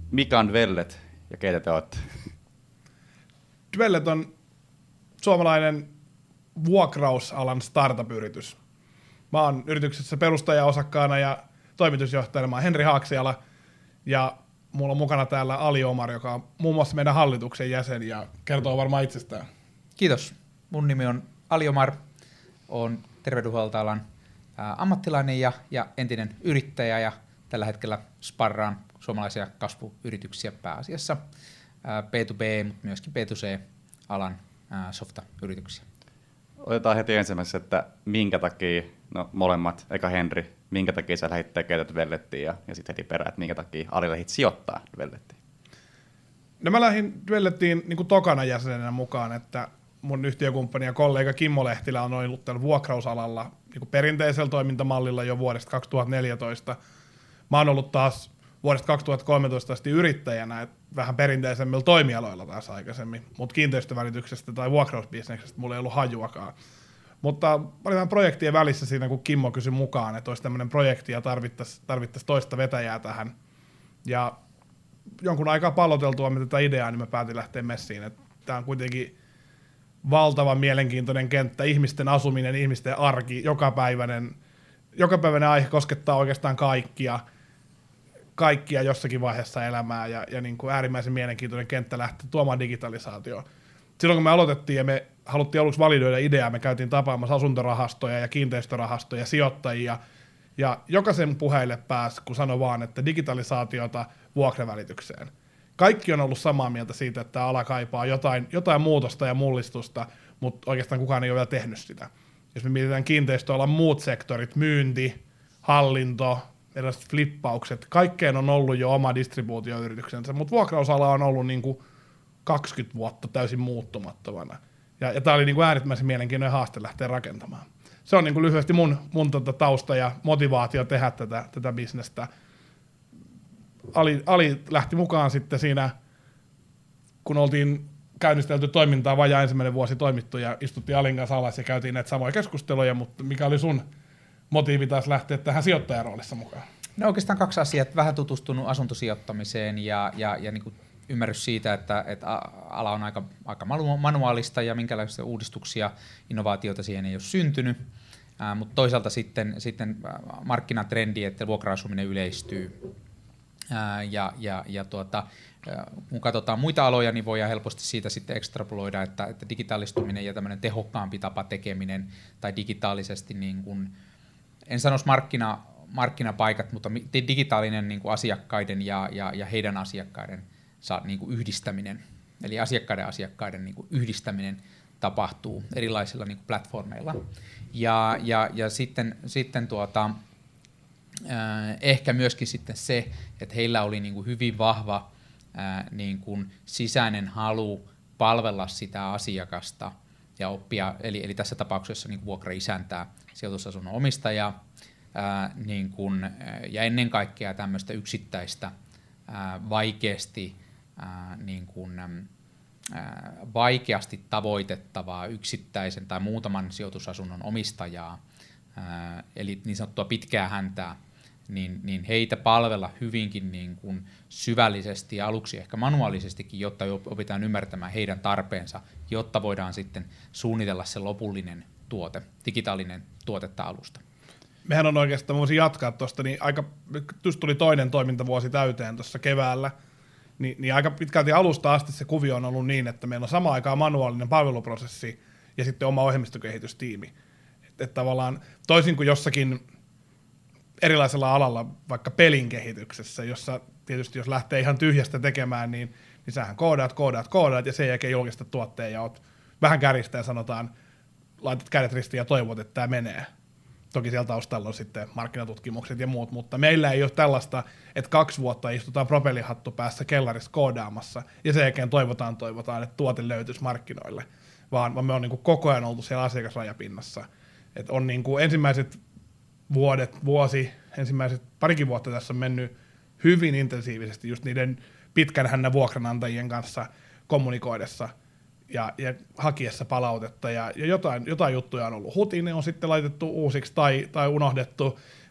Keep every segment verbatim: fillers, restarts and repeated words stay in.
mikä on Dwellet ja keitä te olette? Dwellet on suomalainen vuokrausalan startup-yritys. Mä oon yrityksessä perustajaosakkaana ja toimitusjohtajana. Mä oon Henri Haaksiala ja mulla on mukana täällä Ali Omar, joka on muun muassa meidän hallituksen jäsen ja kertoo varmaan itsestään. Kiitos. Mun nimi on Ali Omar. Oon terveydenhuoltoalan ammattilainen ja, ja entinen yrittäjä ja tällä hetkellä sparraan suomalaisia kasvuyrityksiä pääasiassa B to B, mutta myöskin B to C-alan softa-yrityksiä. Otetaan heti ensimmäisenä, että minkä takia, no molemmat, eka Henri, minkä takia sä lähdit tekemään Dwellettiin ja, ja sitten heti perään, että minkä takia Ali lähdit sijoittaa Dwellettiin? No mä lähdin Dwellettiin niin kuin tokana jäsenenä mukaan, että mun yhtiökumppani ja kollega Kimmo Lehtilä on ollut tällä vuokrausalalla niin kuin perinteisellä toimintamallilla jo vuodesta kaksituhattaneljätoista. Mä oon ollut taas vuodesta kaksituhattakolmetoista asti yrittäjänä, että vähän perinteisemmillä toimialoilla taas aikaisemmin, mutta kiinteistövälityksestä tai vuokrausbisneksestä mulla ei ollut hajuakaan. Mutta oli vähän projektien välissä siinä, kun Kimmo kysyi mukaan, että olisi tämmöinen projekti ja tarvittaisiin tarvittais toista vetäjää tähän. Ja jonkun aikaa palloteltua me tätä ideaa, niin mä päätin lähteä messiin. Tämä on kuitenkin valtavan mielenkiintoinen kenttä, ihmisten asuminen, ihmisten arki, jokapäiväinen, jokapäiväinen aihe koskettaa oikeastaan kaikkia, kaikkia jossakin vaiheessa elämää ja, ja niin kuin äärimmäisen mielenkiintoinen kenttä lähteä tuomaan digitalisaatioon. Silloin kun me aloitettiin ja me haluttiin aluksi validoida ideaa, me käytiin tapaamassa asuntorahastoja ja kiinteistörahastoja, sijoittajia ja jokaisen puheille pääsi, kun sanoi vaan, että digitalisaatiota vuokravälitykseen. Kaikki on ollut samaa mieltä siitä, että tämä ala kaipaa jotain, jotain muutosta ja mullistusta, mutta oikeastaan kukaan ei ole vielä tehnyt sitä. Jos me mietitään kiinteistöalan muut sektorit, myynti, hallinto, erilaiset flippaukset, kaikkeen on ollut jo oma distribuutioyrityksensä, mutta vuokrausala on ollut niin kuin kaksikymmentä vuotta täysin muuttumattomana. Ja, ja tämä oli niin kuin äärimmäisen mielenkiintoinen haaste lähteä rakentamaan. Se on niin kuin lyhyesti mun, mun tota tausta ja motivaatio tehdä tätä, tätä bisnestä. Ali, Ali lähti mukaan sitten siinä, kun oltiin käynnistelty toimintaa, vajaa ensimmäinen vuosi toimittu ja istuttiin Alin kanssa alas ja käytiin näitä samoja keskusteluja, mutta mikä oli sun motiivi taas lähteä tähän sijoittajaroolissa mukaan? No oikeastaan kaksi asiaa, vähän tutustunut asuntosijoittamiseen ja, ja, ja niin kuin ymmärrys siitä, että, että ala on aika, aika manuaalista ja minkälaisia uudistuksia, innovaatioita siihen ei ole syntynyt, äh, mutta toisaalta sitten, sitten markkinatrendi, että vuokra-asuminen yleistyy. Ää, ja, ja, ja tuota, kun katsotaan muita aloja, niin voidaan helposti siitä sitten ekstrapoloida, että, että digitaalistuminen ja tämmöinen tehokkaampi tapa tekeminen tai digitaalisesti, niin kuin, en sanoisi markkina, markkinapaikat, mutta digitaalinen niin kuin asiakkaiden ja, ja, ja heidän asiakkaiden saa, niin kuin yhdistäminen, eli asiakkaiden asiakkaiden niin kuin yhdistäminen tapahtuu erilaisilla niin kuin platformeilla. Ja, ja, ja sitten, sitten tuota, ehkä myöskin sitten se, että heillä oli niin kuin hyvin vahva ää, niin kuin sisäinen halu palvella sitä asiakasta ja oppia, eli, eli tässä tapauksessa niin kuin vuokraisäntää, sijoitusasunnon omistajaa, ää, niin kuin, ja ennen kaikkea tämmöistä yksittäistä, ää, vaikeasti, ää, niin kuin, ää, vaikeasti tavoitettavaa yksittäisen tai muutaman sijoitusasunnon omistajaa, ää, eli niin sanottua pitkää häntää, Niin, niin heitä palvella hyvinkin niin kuin syvällisesti ja aluksi ehkä manuaalisestikin, jotta opitaan ymmärtämään heidän tarpeensa, jotta voidaan sitten suunnitella se lopullinen tuote, digitaalinen tuotetta alusta. Mehän on oikeastaan, voisin jatkaa tuosta, niin aika, just tuli toinen toimintavuosi täyteen tuossa keväällä, niin, niin aika pitkälti alusta asti se kuvio on ollut niin, että meillä on samaan aikaan manuaalinen palveluprosessi ja sitten oma ohjelmistokehitystiimi. Että et tavallaan toisin kuin jossakin erilaisella alalla, vaikka pelin kehityksessä, jossa tietysti jos lähtee ihan tyhjästä tekemään, niin, niin sähän koodaat, koodaat, koodaat ja sen jälkeen julkistat tuotteen ja oot vähän kärjistä ja sanotaan, laitat kädet ristiin ja toivot, että tämä menee. Toki siellä taustalla on sitten markkinatutkimukset ja muut, mutta meillä ei ole tällaista, että kaksi vuotta istutaan propellihattu päässä kellarissa koodaamassa ja sen jälkeen toivotaan, toivotaan, että tuote löytyisi markkinoille, vaan, vaan me on niin kuin koko ajan oltu siellä asiakasrajapinnassa. Et on niin kuin ensimmäiset vuodet, vuosi, ensimmäiset parikin vuotta tässä on mennyt hyvin intensiivisesti just niiden pitkän hännän vuokranantajien kanssa kommunikoidessa ja, ja hakiessa palautetta ja, ja jotain, jotain juttuja on ollut hutiin, ne on sitten laitettu uusiksi tai, tai unohdettu,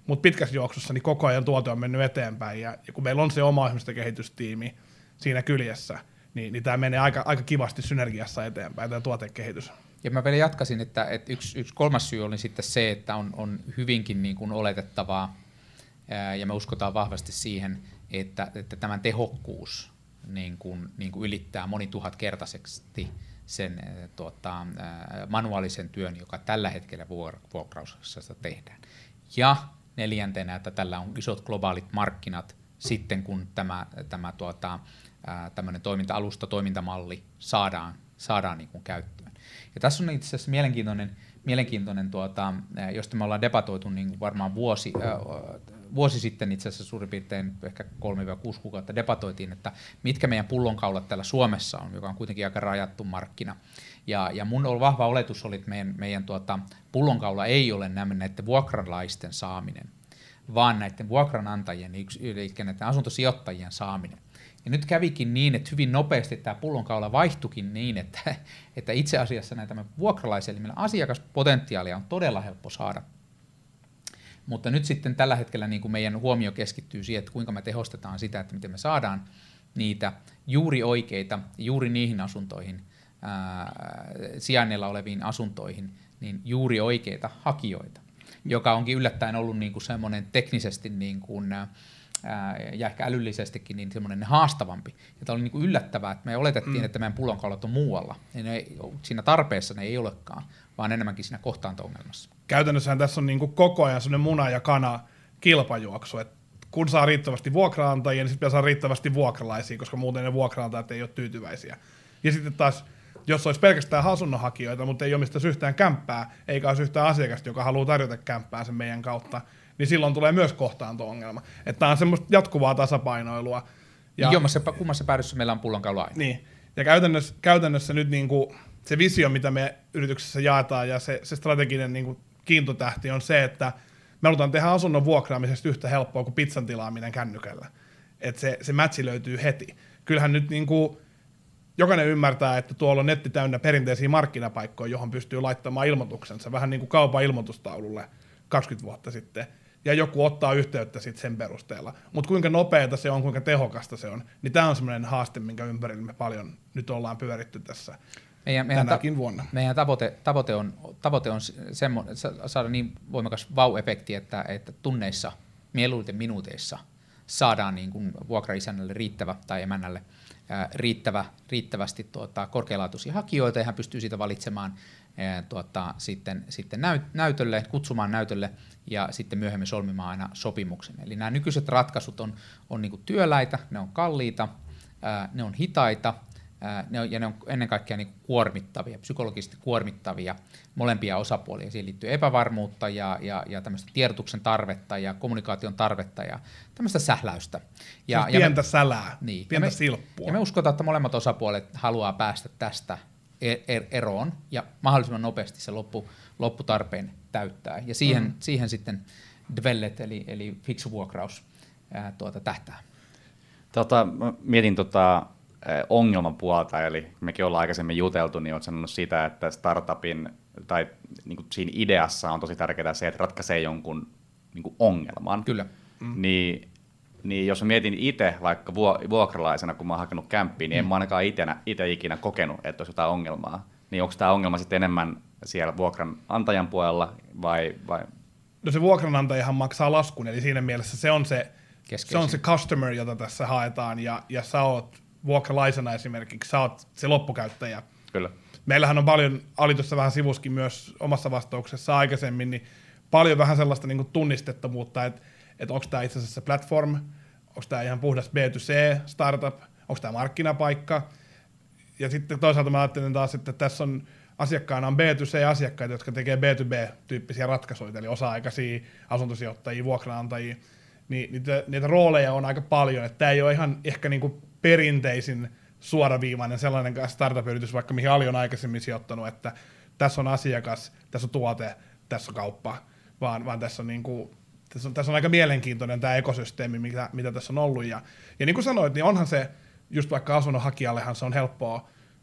mutta pitkässä juoksussa niin koko ajan tuote on mennyt eteenpäin, ja, ja kun meillä on se oma kehitystiimi siinä kyljessä, niin, niin tämä menee aika, aika kivasti synergiassa eteenpäin, tämä tuotekehitys. Ja mä vielä jatkaisin, että, että yksi, yksi kolmas syy oli sitten se, että on, on hyvinkin niin kuin oletettavaa, ää, ja me uskotaan vahvasti siihen, että, että tämän tehokkuus niin kuin, niin kuin ylittää monituhatkertaisesti sen ää, tuota, ää, manuaalisen työn, joka tällä hetkellä vuokrauksessa tehdään. Ja neljäntenä, että tällä on isot globaalit markkinat sitten, kun tämä, tämä tuota, ää, tämmöinen toiminta-alusta, toimintamalli saadaan, saadaan niin kuin käyttöön. Ja tässä on itse asiassa mielenkiintoinen, mielenkiintoinen tuota, josta me ollaan debatoitu niin varmaan vuosi, äh, vuosi sitten itse asiassa suurin piirtein ehkä kolme kuusi kuukautta debatoitiin, että mitkä meidän pullonkaulat täällä Suomessa on, joka on kuitenkin aika rajattu markkina. Ja, ja mun vahva oletus oli, että meidän, meidän tuota, pullonkaula ei ole näiden vuokralaisten saaminen, vaan näiden vuokranantajien, eli näiden asuntosijoittajien saaminen. Ja nyt kävikin niin, että hyvin nopeasti tämä pullonkaula vaihtuikin niin, että, että itse asiassa näitä vuokralaisia, eli meillä asiakaspotentiaalia on todella helppo saada. Mutta nyt sitten tällä hetkellä niin kuin meidän huomio keskittyy siihen, että kuinka me tehostetaan sitä, että miten me saadaan niitä juuri oikeita, juuri niihin asuntoihin, ää, sijainneilla oleviin asuntoihin, niin juuri oikeita hakijoita, joka onkin yllättäen ollut niin kuin semmoinen teknisesti niin kuin, ja ehkä älyllisestikin niin semmoinen haastavampi. Ja tämä oli niin kuin yllättävää, että me oletettiin, mm. että meidän pullonkaulat on muualla. Ja ne ei, siinä tarpeessa ne ei olekaan, vaan enemmänkin siinä kohtaanto-ongelmassa. Käytännössähän tässä on niin kuin koko ajan semmoinen muna ja kana kilpajuoksu, että kun saa riittävästi vuokraantajia, niin sitten saa riittävästi vuokralaisia, koska muuten ne vuokraantajat ei ole tyytyväisiä. Ja sitten taas, jos olisi pelkästään asunnonhakijoita, mutta ei omistaisi yhtään kämppää, eikä olisi yhtään asiakasta, joka haluaa tarjota kämppää sen meidän kautta, niin silloin tulee myös kohtaanto-ongelma. Että tämä on semmoista jatkuvaa tasapainoilua. Ja jommassa kummassa päädyssä meillä on pullonkaula aina. Niin. Ja käytännössä, käytännössä nyt niinku se visio, mitä me yrityksessä jaetaan, ja se, se strateginen niinku kiintotähti on se, että me halutaan tehdä asunnon vuokraamisesta yhtä helppoa kuin pizzan tilaaminen kännykällä. Että se, se matchi löytyy heti. Kyllähän nyt niinku jokainen ymmärtää, että tuolla on netti täynnä perinteisiä markkinapaikkoja, johon pystyy laittamaan ilmoituksensa, vähän niin kuin kaupan ilmoitustaululle kaksikymmentä vuotta sitten, ja joku ottaa yhteyttä sitten sen perusteella. Mutta kuinka nopeata se on, kuinka tehokasta se on, niin tämä on semmoinen haaste, minkä ympärillä me paljon nyt ollaan pyöritty tässä meidän, tänäkin ta- vuonna. Meidän tavoite, tavoite on, tavoite on semmo- saada niin voimakas vau-efekti, että, että tunneissa, mieluiten minuuteissa saadaan niin kuin vuokraisännälle riittävä tai emännälle ää, riittävä, riittävästi tuota, korkealaatuisia hakijoita, ja hän pystyy siitä valitsemaan ää, tuota, sitten, sitten näyt, näytölle, kutsumaan näytölle ja sitten myöhemmin solmimaan aina sopimuksen. Eli nämä nykyiset ratkaisut on, on niin kuin työläitä, ne on kalliita, ää, ne on hitaita, ää, ne on, ja ne on ennen kaikkea niin kuin kuormittavia, psykologisesti kuormittavia molempia osapuolia. Siihen liittyy epävarmuutta ja, ja, ja tämmöistä tiedotuksen tarvetta ja kommunikaation tarvetta ja tämmöistä sähläystä. Ja, siis pientä ja me, sälää, niin, pientä ja me, silppua. Ja me uskotaan, että molemmat osapuolet haluaa päästä tästä eroon ja mahdollisimman nopeasti se loppu, lopputarpeen täyttää. Ja siihen, mm. siihen sitten Dwellet eli, eli fiksu vuokraus ää, tuota, tähtää. Tota, mietin tota, ongelman puolta, eli mekin ollaan aikaisemmin juteltu, niin olet sanonut sitä, että startupin tai niin kuin siinä ideassa on tosi tärkeää se, että ratkaisee jonkun niin kuin ongelman. Kyllä. Mm. Niin, niin jos mä mietin itse vaikka vuokralaisena, kun mä oon hakenut kämppiä, niin mm. en mä ainakaan itse ikinä kokenut, että olisi jotain ongelmaa. Niin onko tämä ongelma sitten enemmän siellä vuokranantajan puolella vai, vai? No se vuokranantajahan maksaa laskun, eli siinä mielessä se on se, se, on se customer, jota tässä haetaan, ja, ja sä oot vuokralaisena esimerkiksi, sä oot se loppukäyttäjä. Kyllä. Meillähän on paljon, Ali tuossa vähän sivuskin myös omassa vastauksessa aikaisemmin, niin paljon vähän sellaista niin kuin tunnistettomuutta, että, että onko tämä itse asiassa platform, onko tämä ihan puhdas B to C startup, onko tämä markkinapaikka. Ja sitten toisaalta mä ajattelen taas, että tässä on asiakkaana on B to C-asiakkaita, jotka tekee B to B-tyyppisiä ratkaisuja, eli osa-aikaisia asuntosijoittajia, vuokranantajia, niin niitä, niitä rooleja on aika paljon, että tämä ei ole ihan ehkä niin kuin perinteisin suoraviivainen sellainen startup-yritys, vaikka mihin Ali on aikaisemmin sijoittanut, että tässä on asiakas, tässä on tuote, tässä on kauppa, vaan, vaan tässä, on niin kuin, tässä, on, tässä on aika mielenkiintoinen tämä ekosysteemi, mitä, mitä tässä on ollut. Ja, ja niin kuin sanoit, niin onhan se, just vaikka asunnonhakijallehan se on helppoa,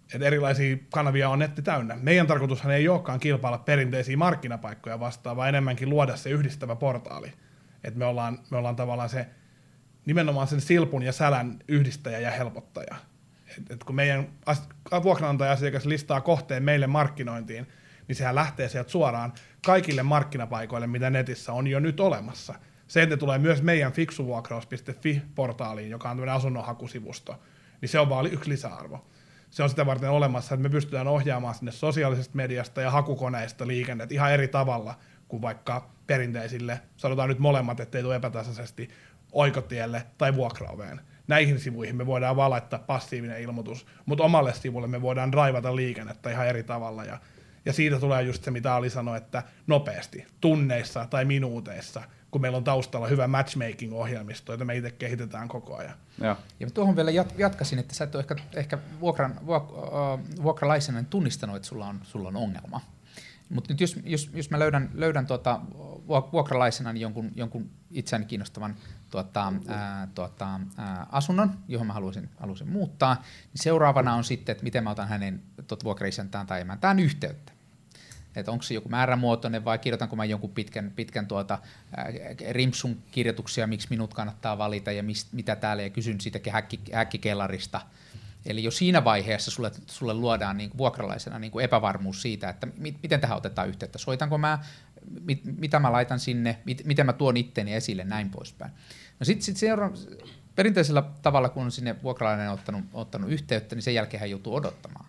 että erilaisia kanavia on netti täynnä. Meidän tarkoitushan ei olekaan kilpailla perinteisiä markkinapaikkoja vastaan, vaan enemmänkin luoda se yhdistävä portaali. Että me ollaan, me ollaan tavallaan se nimenomaan sen silpun ja sälän yhdistäjä ja helpottaja. Et, et kun meidän as- vuokranantaja-asiakas listaa kohteen meille markkinointiin, niin sehän lähtee sieltä suoraan kaikille markkinapaikoille, mitä netissä on jo nyt olemassa. Se, että ne tulee myös meidän fiksuvuokraus piste fi-portaaliin, joka on tämmöinen asunnonhakusivusto, niin se on vaan yksi lisäarvo. Se on sitä varten olemassa, että me pystytään ohjaamaan sinne sosiaalisesta mediasta ja hakukoneista liikennettä ihan eri tavalla kuin vaikka perinteisille, sanotaan nyt molemmat, ettei tule epätasaisesti, oikotielle tai vuokraoveen. Näihin sivuihin me voidaan vaan laittaa passiivinen ilmoitus, mutta omalle sivulle me voidaan draivata liikennettä ihan eri tavalla. Ja, ja siitä tulee just se, mitä Ali sanoi, että nopeasti, tunneissa tai minuuteissa, kun meillä on taustalla hyvä matchmaking-ohjelmisto, jota me itse kehitetään koko ajan. Joo. Ja tuohon vielä jat- jatkaisin, että sä et ole ehkä, ehkä vuokran, vuok, uh, vuokralaisena tunnistanut, että sulla on, sulla on ongelma. Mutta nyt jos, jos, jos mä löydän, löydän tuota, vuokralaisena niin jonkun, jonkun itseäni kiinnostavan tuota, ää, tuota, ää, asunnon, johon mä haluaisin, haluaisin muuttaa, niin seuraavana on sitten, että miten mä otan hänen tuota, vuokraisäntään tai emäntään yhteyttä. Että onko se joku määrämuotoinen vai kirjoitanko mä jonkun pitkän, pitkän tuota, ää, rimpsun kirjoituksia, miksi minut kannattaa valita ja mist, mitä täällä, ja kysyn siitä häkki, häkkikellarista. Eli jo siinä vaiheessa sulle, sulle luodaan niin kuin vuokralaisena niin kuin epävarmuus siitä, että mi, miten tähän otetaan yhteyttä. Soitanko mä, mit, mitä mä laitan sinne, mit, miten mä tuon itteni esille, näin poispäin. No sitten sit seura- perinteisellä tavalla, kun on sinne vuokralainen on ottanut, ottanut yhteyttä, niin sen jälkeen hän joutuu odottamaan.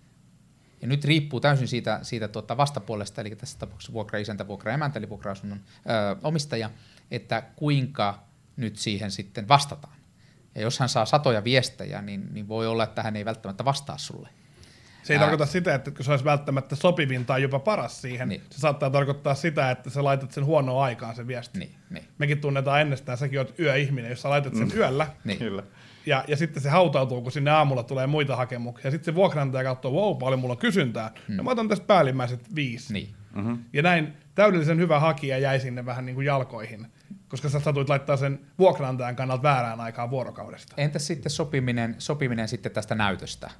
Ja nyt riippuu täysin siitä, siitä tuota vastapuolesta, eli tässä tapauksessa vuokraisäntä, vuokraemäntä, eli vuokra-asunnon ö, omistaja, että kuinka nyt siihen sitten vastataan. Ja jos hän saa satoja viestejä, niin, niin voi olla, että hän ei välttämättä vastaa sulle. Se ei Ää... tarkoita sitä, että se olisi välttämättä sopivin tai jopa paras siihen. Niin. Se saattaa tarkoittaa sitä, että sä laitat sen huonoon aikaan sen viestin. Niin, niin. Mekin tunnetaan ennestään, säkin oot yöihminen, jos sä laitat sen mm. yöllä. Niin. Kyllä. Ja, ja sitten se hautautuu, kun sinne aamulla tulee muita hakemuksia. Sitten se vuokranantaja katsoo, wow, paljon mulla on kysyntää. Mm. Ja mä otan tästä päällimmäiset viisi. Niin. Mm-hmm. Ja näin täydellisen hyvä hakija jäi sinne vähän niin kuin jalkoihin, koska sä satuit laittaa sen vuokranantajan kannalta väärään aikaan vuorokaudesta. Entäs sitten sopiminen, sopiminen sitten tästä näytöstä?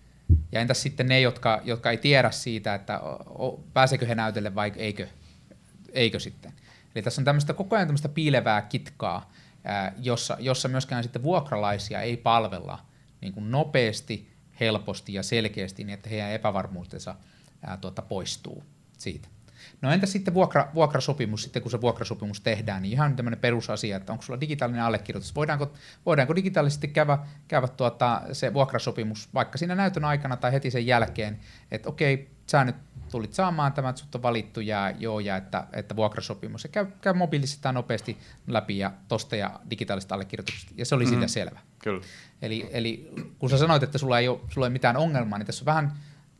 Ja entäs sitten ne, jotka, jotka ei tiedä siitä, että o, pääseekö he näytölle vai eikö, eikö sitten? Eli tässä on tämmöistä koko ajan tämmöistä piilevää kitkaa, ää, jossa, jossa myöskään sitten vuokralaisia ei palvella niin kuin nopeasti, helposti ja selkeästi niin, että heidän epävarmuutensa ää, tuota, poistuu siitä. No entä sitten vuokra, vuokrasopimus, sitten kun se vuokrasopimus tehdään, niin ihan tämmöinen perusasia, että onko sulla digitaalinen allekirjoitus, voidaanko, voidaanko digitaalisesti käydä, käydä tuota, se vuokrasopimus vaikka siinä näytön aikana tai heti sen jälkeen, että okei, sä nyt tulit saamaan tämän, että sut on valittu ja joo, ja että, että vuokrasopimus, ja käy, käy mobiilisesti nopeasti läpi ja tosta ja digitaalista allekirjoituksesta, ja se oli mm-hmm. siitä selvä. Kyllä. Eli, eli kun sä sanoit, että sulla ei ole, sulla ei ole mitään ongelmaa, niin tässä on vähän,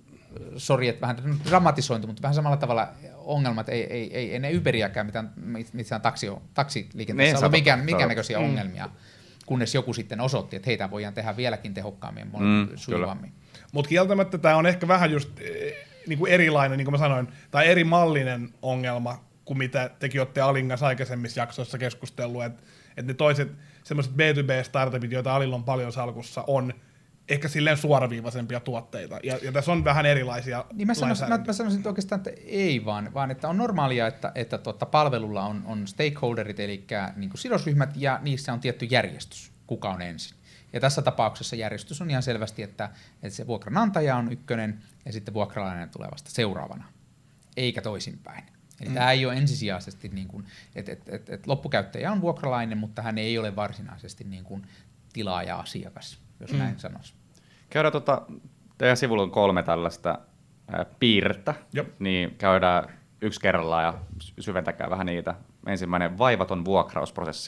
sori, että vähän dramatisointi, mutta vähän samalla tavalla ongelmat, ei, ei, ei ennen Uberiäkään mitään, mitään taksi, taksiliikenteessä ollut mikään, mikään näköisiä mm. ongelmia, kunnes joku sitten osoitti, että heitä voidaan tehdä vieläkin tehokkaammin ja mm, sujuvammin. Mutta kieltämättä tämä on ehkä vähän just niin kuin erilainen, niin kuin mä sanoin, tai eri mallinen ongelma kuin mitä tekin olette Alin kanssa aikaisemmissa jaksoissa keskustellut, että et ne toiset semmoiset B two B-startupit, joita Alilla on paljon salkussa, on ehkä silleen suoraviivaisempia tuotteita, ja, ja tässä on vähän erilaisia niin mä sanoisin, mä, mä sanoisin että oikeastaan, että ei vaan, vaan että on normaalia, että, että tuota, palvelulla on, on stakeholderit, eli niin kuin sidosryhmät, ja niissä on tietty järjestys, kuka on ensin. Ja tässä tapauksessa järjestys on ihan selvästi, että, että se vuokranantaja on ykkönen, ja sitten vuokralainen tulee vasta seuraavana, eikä toisinpäin. Eli mm. tämä ei ole ensisijaisesti, niin kuin, että et, et, et loppukäyttäjä on vuokralainen, mutta hän ei ole varsinaisesti niin kuin tilaaja-asiakas, jos mm. näin sanoisi. Käydään tota, teidän sivulla on kolme tällaista ää, piirrettä, Jop. niin käydään yksi kerrallaan ja syventäkää vähän niitä. Ensimmäinen vaivaton vuokrausprosessi.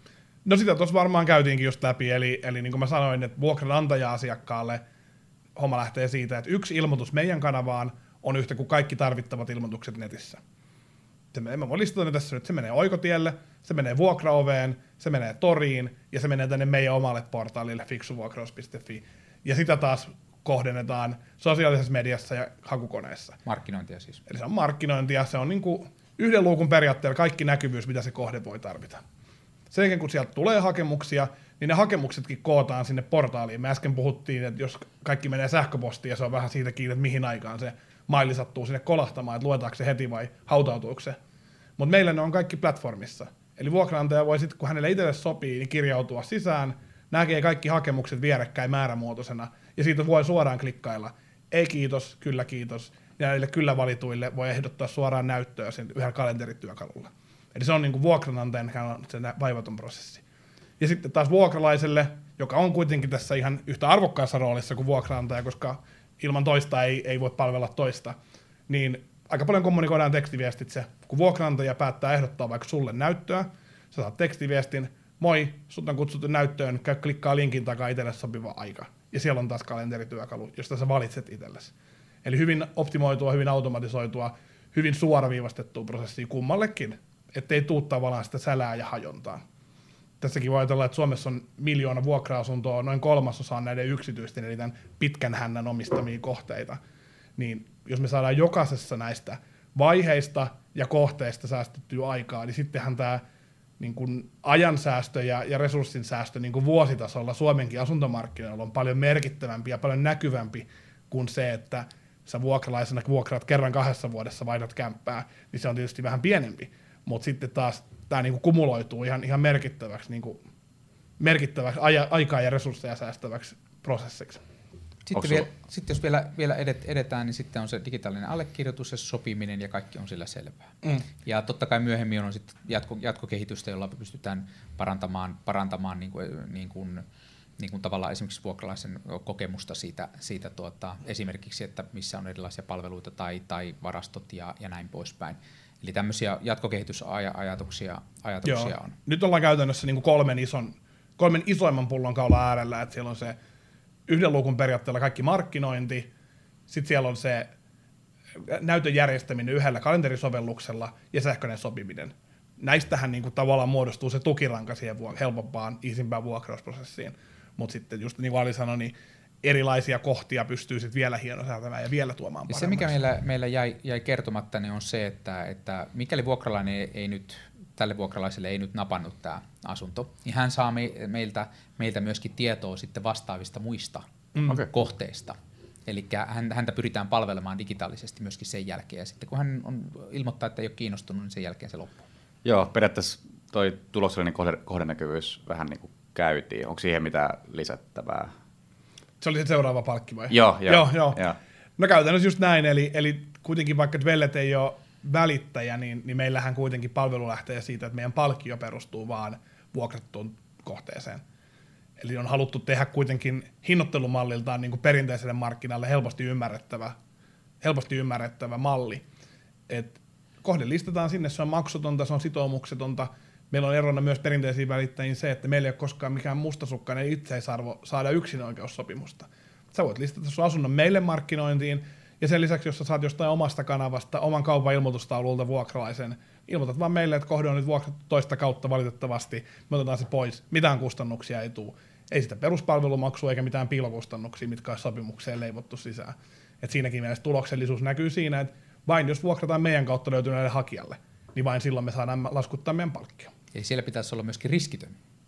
No sitä tuossa varmaan käytiinkin just läpi, eli, eli niin kuin mä sanoin, että vuokranantaja-asiakkaalle homma lähtee siitä, että yksi ilmoitus meidän kanavaan on yhtä kuin kaikki tarvittavat ilmoitukset netissä. Se menee, mä voin listata ne tässä nyt, se menee oikotielle, se menee vuokraoveen, se menee toriin ja se menee tänne meidän omalle portaalille fiksuvuokraus piste fi. Ja sitä taas kohdennetaan sosiaalisessa mediassa ja hakukoneessa. Markkinointia siis. Eli se on markkinointia, se on niin kuin yhden luukun periaatteella kaikki näkyvyys, mitä se kohde voi tarvita. Sen jälkeen, kun sieltä tulee hakemuksia, niin ne hakemuksetkin kootaan sinne portaaliin. Me äsken puhuttiin, että jos kaikki menee sähköpostiin ja se on vähän siitä kiinni, että mihin aikaan se maili sattuu sinne kolahtamaan, että luetaanko se heti vai hautautuuko se. Mutta meillä ne on kaikki platformissa. Eli vuokranantaja voi sitten, kun hänelle itselle sopii, niin kirjautua sisään, näkee kaikki hakemukset vierekkäin määrämuotoisena, ja siitä voi suoraan klikkailla. Ei kiitos, kyllä kiitos. Ja näille kyllä valituille voi ehdottaa suoraan näyttöä sen yhdellä kalenterityökalulla. Eli se on niin kuin vuokranantajan se vaivaton prosessi. Ja sitten taas vuokralaiselle, joka on kuitenkin tässä ihan yhtä arvokkaassa roolissa kuin vuokranantaja, koska ilman toista ei, ei voi palvella toista, niin aika paljon kommunikoidaan tekstiviestitse. Kun vuokranantaja päättää ehdottaa vaikka sulle näyttöä, sä saat tekstiviestin, moi, sut on kutsuttu näyttöön, käy klikkaa linkin takaa itselle sopiva aika. Ja siellä on taas kalenterityökalu, josta sä valitset itsellesi. Eli hyvin optimoitua, hyvin automatisoitua, hyvin suoraviivastettua prosessia kummallekin, ettei tuu tavallaan sitä sälää ja hajontaa. Tässäkin voi ajatella, että Suomessa on miljoona vuokra-asuntoa, noin kolmasosa on näiden yksityisten, eli tämän pitkän hännän omistamia kohteita. Niin jos me saadaan jokaisessa näistä vaiheista ja kohteista säästettyä aikaa, niin sittenhän tämä niin kuin ajansäästö ja, ja resurssin säästö niin kuin vuositasolla Suomenkin asuntomarkkinoilla on paljon merkittävämpi ja paljon näkyvämpi kuin se, että sä vuokralaisena vuokraat kerran kahdessa vuodessa vaihdat kämppää, niin se on tietysti vähän pienempi. Mutta sitten taas tämä niinku kumuloituu ihan, ihan merkittäväksi, niinku, merkittäväksi aja, aikaa ja resursseja säästäväksi prosessiksi. Sitten, vielä, sitten jos vielä, vielä edet, edetään, niin sitten on se digitaalinen allekirjoitus ja sopiminen ja kaikki on sillä selvää. Mm. Ja totta kai myöhemmin on sitten jatko, jatkokehitystä, jolla pystytään parantamaan, parantamaan niin kuin, niin kuin, niin kuin tavallaan esimerkiksi vuokralaisen kokemusta siitä, siitä tuota, esimerkiksi, että missä on erilaisia palveluita tai, tai varastot ja, ja näin poispäin. Eli tämmöisiä jatkokehitysajatuksia ajatuksia on. Nyt ollaan käytännössä niin kuin kolmen, ison, kolmen isoimman pullonkaulan äärellä, että siellä on se yhden luukun periaatteella kaikki markkinointi, sitten siellä on se näytön järjestäminen yhdellä kalenterisovelluksella ja sähköinen sopiminen. Näistähän niin kuin tavallaan muodostuu se tukiranka siihen helpompaan, iisimpään vuokrausprosessiin, mutta sitten just niin kuin Ali sanoi, niin erilaisia kohtia pystyy sitten vielä hienosäätämään ja vielä tuomaan paremmaksi. Se, mikä meillä, meillä jäi, jäi kertomatta, niin on se, että, että mikäli vuokralainen ei, ei nyt, tälle vuokralaiselle ei nyt napannut tämä asunto, niin hän saa me, meiltä, meiltä myöskin tietoa sitten vastaavista muista mm. kohteista. Eli häntä pyritään palvelemaan digitaalisesti myöskin sen jälkeen, ja sitten kun hän on, ilmoittaa, että ei ole kiinnostunut, niin sen jälkeen se loppuu. Joo, periaatteessa toi tuloksellinen kohdenäkyvyys vähän niin kuin käytiin. Onko siihen mitään lisättävää? Se oli se seuraava palkki vai? Joo, joo. joo, joo. joo. No käytännössä just näin, eli, eli kuitenkin vaikka Dwellet ei ole välittäjä, niin, niin meillähän kuitenkin palvelu lähtee siitä, että meidän palkkio perustuu vaan vuokrattuun kohteeseen. Eli on haluttu tehdä kuitenkin hinnoittelumalliltaan niin kuin perinteiselle markkinalle helposti ymmärrettävä, helposti ymmärrettävä malli. Et kohde listataan sinne, se on maksutonta, se on sitoumuksetonta. Meillä on erona myös perinteisiin välittäjiin se, että meillä ei ole koskaan mikään mustasukkainen itseisarvo saada yksinoikeussopimusta. Sä voit listata sun asunnon meille markkinointiin, ja sen lisäksi, jos sä saat jostain omasta kanavasta, oman kaupan ilmoitustaululta vuokralaisen, ilmoitat vaan meille, että kohde on nyt vuokrattu toista kautta valitettavasti, me otetaan se pois, mitään kustannuksia ei tule. Ei sitä peruspalvelumaksua eikä mitään piilokustannuksia, mitkä olisi sopimukseen leivottu sisään. Et siinäkin mielessä tuloksellisuus näkyy siinä, että vain jos vuokrataan meidän kautta löytyneelle hakijalle, niin vain silloin me saadaan laskuttaa meidän palkkia. Eli siellä pitäisi olla myöskin riskitön.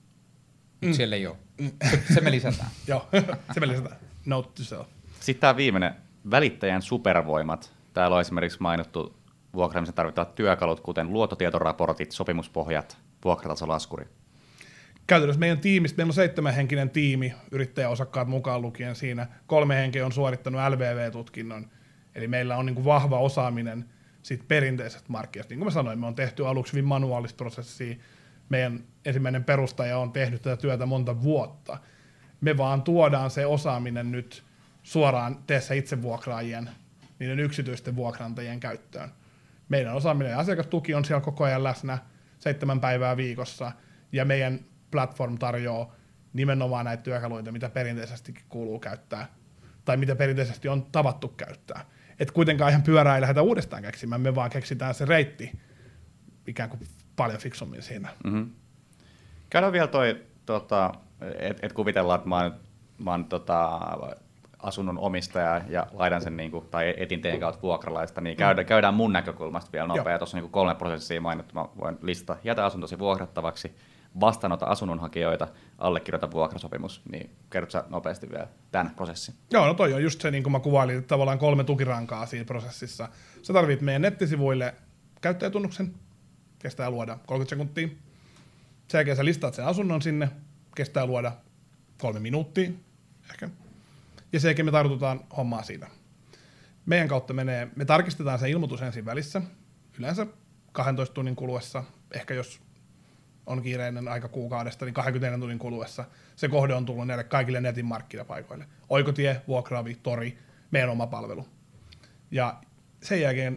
Nyt mm. siellä ei ole. Mm. Se, se me lisätään. Joo, se me lisätään. Note to self. Sitten tämä viimeinen, välittäjän supervoimat. Täällä on esimerkiksi mainittu vuokraamisen tarvittavat työkalut, kuten luottotietoraportit, sopimuspohjat, vuokratasolaskuri. Käytännössä meidän tiimistä, meillä on seitsemänhenkinen tiimi, yrittäjäosakkaat mukaan lukien siinä. Kolme henkeä on suorittanut L V V-tutkinnon. Eli meillä on niin kuin vahva osaaminen siitä perinteisestä markkinasta. Niin kuin mä sanoin, me on tehty aluksi hyvin manuaalista prosessia. Meidän ensimmäinen perustaja on tehnyt tätä työtä monta vuotta. Me vaan tuodaan se osaaminen nyt suoraan teessä itse vuokraajien, niiden yksityisten vuokrantajien käyttöön. Meidän osaaminen ja asiakastuki on siellä koko ajan läsnä seitsemän päivää viikossa, ja meidän platform tarjoaa nimenomaan näitä työkaluita, mitä perinteisestikin kuuluu käyttää, tai mitä perinteisesti on tavattu käyttää. Et kuitenkaan ihan pyörää ei lähdetä uudestaan keksimään, me vaan keksitään se reitti ikään kuin paljon fiksummin siinä. Mm-hmm. Käydään vielä toi, tota, että et kuvitellaan, että mä oon, mä oon tota, asunnon omistaja ja laitan sen, niin kuin, tai etin teidän kautta vuokralaista, niin käydään, mm. käydään mun näkökulmasta vielä nopea. Tuossa on niin kolme prosessia mainittu, mä voin listata, jätä asuntosi vuokrattavaksi, vastaanota asunnonhakijoita, allekirjoita vuokrasopimus, niin kerrotko sä nopeasti vielä tämän prosessin? Joo, no toi on just se, niin kuin mä kuvailin, että tavallaan kolme tukirankaa siinä prosessissa. Sä tarvit meidän nettisivuille käyttäjätunnuksen, kestää luoda kolmekymmentä sekuntia. Sen jälkeen sä listaat sen asunnon sinne, kestää luoda kolme minuuttia ehkä. Ja sen jälkeen me tartutaan hommaa siitä. Meidän kautta menee, me tarkistetaan se ilmoitus ensin välissä, yleensä kahdentoista tunnin kuluessa, ehkä jos on kiireinen aika kuukaudesta, niin kaksikymmentä tunnin kuluessa se kohde on tullut näille kaikille netin markkinapaikoille. Oikotie, Vuokraavi, Tori, meidän oma palvelu. Ja sen jälkeen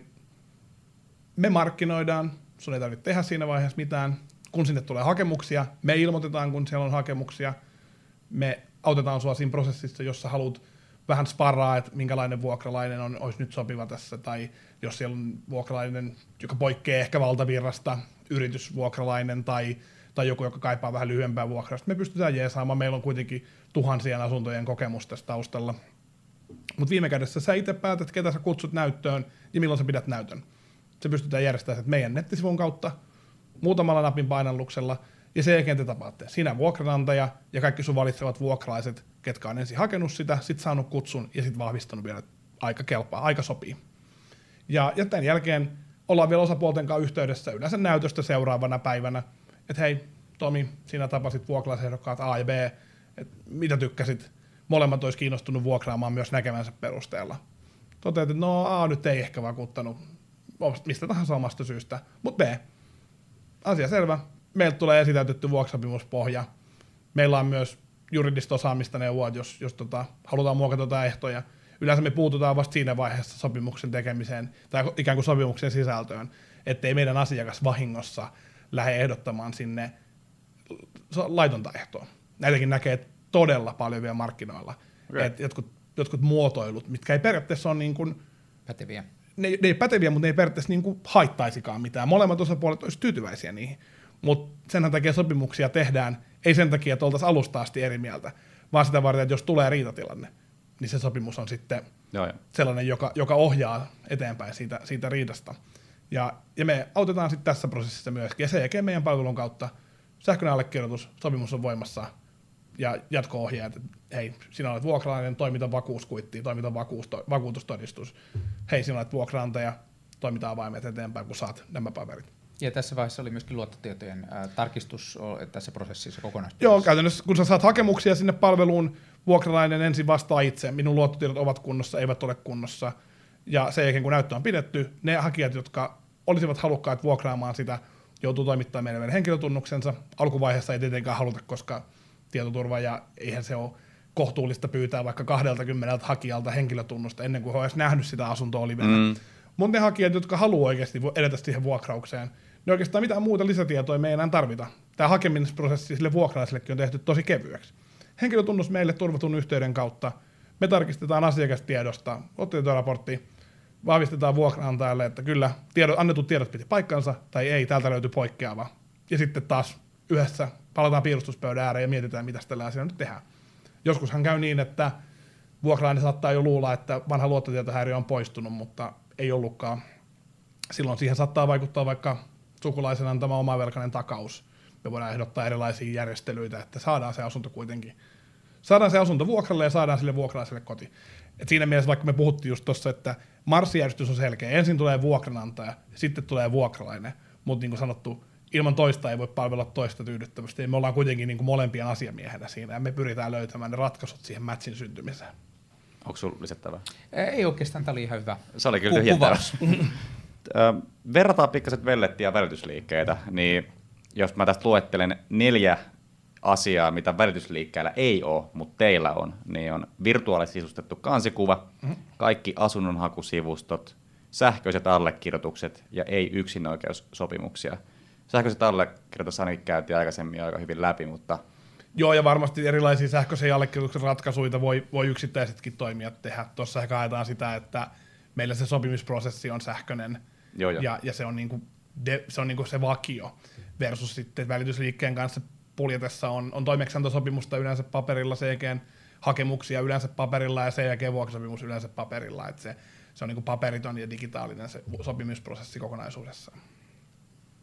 me markkinoidaan, sun ei tarvitse tehdä siinä vaiheessa mitään. Kun sinne tulee hakemuksia, me ilmoitetaan, kun siellä on hakemuksia. Me autetaan sua siinä prosessissa, jos sä haluat vähän sparraa, että minkälainen vuokralainen on, olisi nyt sopiva tässä, tai jos siellä on vuokralainen, joka poikkeaa ehkä valtavirrasta, yritysvuokralainen tai, tai joku, joka kaipaa vähän lyhyempää vuokrasta. Me pystytään jeesaamaan, meillä on kuitenkin tuhansien asuntojen kokemus tässä taustalla. Mutta viime kädessä sä itse päätät, ketä sä kutsut näyttöön ja milloin sä pidät näytön. Se pystytään järjestämään meidän nettisivun kautta, muutamalla napin painalluksella, ja sen jälkeen te tapaatte. Sinä vuokranantaja ja kaikki sun valitsevat vuokralaiset, ketkä on ensin hakenut sitä, sit saanut kutsun ja sit vahvistanut vielä, että aika kelpaa, aika sopii. Ja, ja tämän jälkeen ollaan vielä osapuolten kanssa yhteydessä yleensä näytöstä seuraavana päivänä, että hei Tomi, sinä tapasit vuokralaisehdokkaat A ja B, että mitä tykkäsit, molemmat olisi kiinnostunut vuokraamaan myös näkemänsä perusteella. Toteat, että no A nyt ei ehkä vakuuttanut mistä tahansa omasta syystä, mutta B, asia selvä, meiltä tulee esitäytetty vuokrasopimuspohja, meillä on myös juridista osaamista neuvoa, jos, jos tota, halutaan muokata jotain ehtoja. Yleensä me puututaan vasta siinä vaiheessa sopimuksen tekemiseen tai ikään kuin sopimuksen sisältöön, ettei meidän asiakas vahingossa lähde ehdottamaan sinne laitonta ehtoa. Näitäkin näkee todella paljon vielä markkinoilla. Okay. Et jotkut, jotkut muotoilut, mitkä ei periaatteessa ole niin kuin, päteviä. Ne, ne ei päteviä, mutta ne ei periaatteessa niin kuin haittaisikaan mitään. Molemmat osapuolet olisivat tyytyväisiä niihin. Mutta sen takia sopimuksia tehdään, ei sen takia, että oltaisiin alusta asti eri mieltä, vaan sitä varten, että jos tulee riitatilanne, niin se sopimus on sitten Joo, jo. sellainen, joka, joka ohjaa eteenpäin siitä, siitä riidasta. Ja, ja me autetaan sitten tässä prosessissa myöskin. Ja sen jälkeen meidän palvelun kautta sähköinen allekirjoitus, sopimus on voimassa ja jatko-ohjeet, että hei, sinä olet vuokralainen, toimita vakuuskuitti, toimita vakuus, to, vakuutustodistus. Hei, sinä olet vuokraantaja, toimita avaimet eteenpäin, kun saat nämä paperit. Ja tässä vaiheessa oli myöskin luottotietojen ää, tarkistus tässä prosessissa kokonaisuudessa. Joo, käytännössä kun sä saat hakemuksia sinne palveluun, vuokralainen ensin vastaa itse, minun luottotiedot ovat kunnossa, eivät ole kunnossa. Ja sen jälkeen kun näyttö on pidetty, ne hakijat, jotka olisivat halukkaat vuokraamaan sitä, joutuu toimittamaan meidän meidän henkilötunnuksensa. Alkuvaiheessa ei tietenkään haluta, koska tietoturva ja eihän se ole kohtuullista pyytää vaikka kaksikymmentä hakijalta henkilötunnusta ennen kuin he olisivat nähnyt sitä asuntoa livenä. Mm. Mutta ne hakijat, jotka haluaa oikeasti edetä siihen vuokraukseen, niin oikeastaan mitään muuta lisätietoa me ei enää tarvita. Tämä hakemisprosessi sille vuokralaisellekin on tehty tosi kevyeksi. Henkilötunnus meille turvatun yhteyden kautta. Me tarkistetaan asiakastiedosta, otteetoraportti, vahvistetaan vuokranantajalle, että kyllä tiedot, annetut tiedot piti paikkansa, tai ei, täältä löytyy poikkeava. Ja sitten taas yhdessä palataan piirustuspöydän ääreen ja mietitään, mitä tällä asialla nyt tehdään. Joskushan käy niin, että vuokralainen saattaa jo luulla, että vanha luottotietohäiriö on poistunut, mutta ei ollutkaan. Silloin siihen saattaa vaikuttaa vaikka sukulaisen antama omavelkainen takaus. Me voidaan ehdottaa erilaisia järjestelyitä, että saadaan se asunto kuitenkin. Saadaan se asunto vuokralle ja saadaan sille vuokralaiselle koti. Et siinä mielessä, vaikka me puhuttiin just tuossa, että marssijärjestys on selkeä. Ensin tulee vuokranantaja, sitten tulee vuokralainen. Mutta niin kuin sanottu, ilman toista ei voi palvella toista tyydyttävästi. Ja me ollaan kuitenkin niin kuin molempien asiamiehenä siinä ja me pyritään löytämään ne ratkaisut siihen matchin syntymiseen. Onko sinulla lisättävää? Ei oikeastaan, tämä oli ihan hyvä. Se oli kyllä tyhjentävä. Verrataan pikkaset vellettiä ja välitysliikkeitä, niin jos mä tästä luettelen neljä asiaa, mitä välitysliikkeellä ei ole, mutta teillä on, niin on virtuaalisisustettu kansikuva, mm-hmm. kaikki asunnonhakusivustot, sähköiset allekirjoitukset ja ei yksinoikeussopimuksia. Sähköiset allekirjoitukset ainakin käytiin aikaisemmin aika hyvin läpi, mutta... Joo, ja varmasti erilaisia sähköisiä allekirjoituksen ratkaisuja voi, voi yksittäisetkin toimijat tehdä. Tuossa ehkä ajetaan sitä, että meillä se sopimisprosessi on sähköinen, joo, jo. Ja, ja se on, niinku de, se, on niinku se vakio, versus sitten välitysliikkeen kanssa puljetessa on, on toimeksiantosopimusta yleensä paperilla, sen jälkeen hakemuksia yleensä paperilla ja sen jälkeen vuokrasopimus yleensä paperilla. Et se, se on niinku paperiton ja digitaalinen se sopimusprosessi kokonaisuudessaan.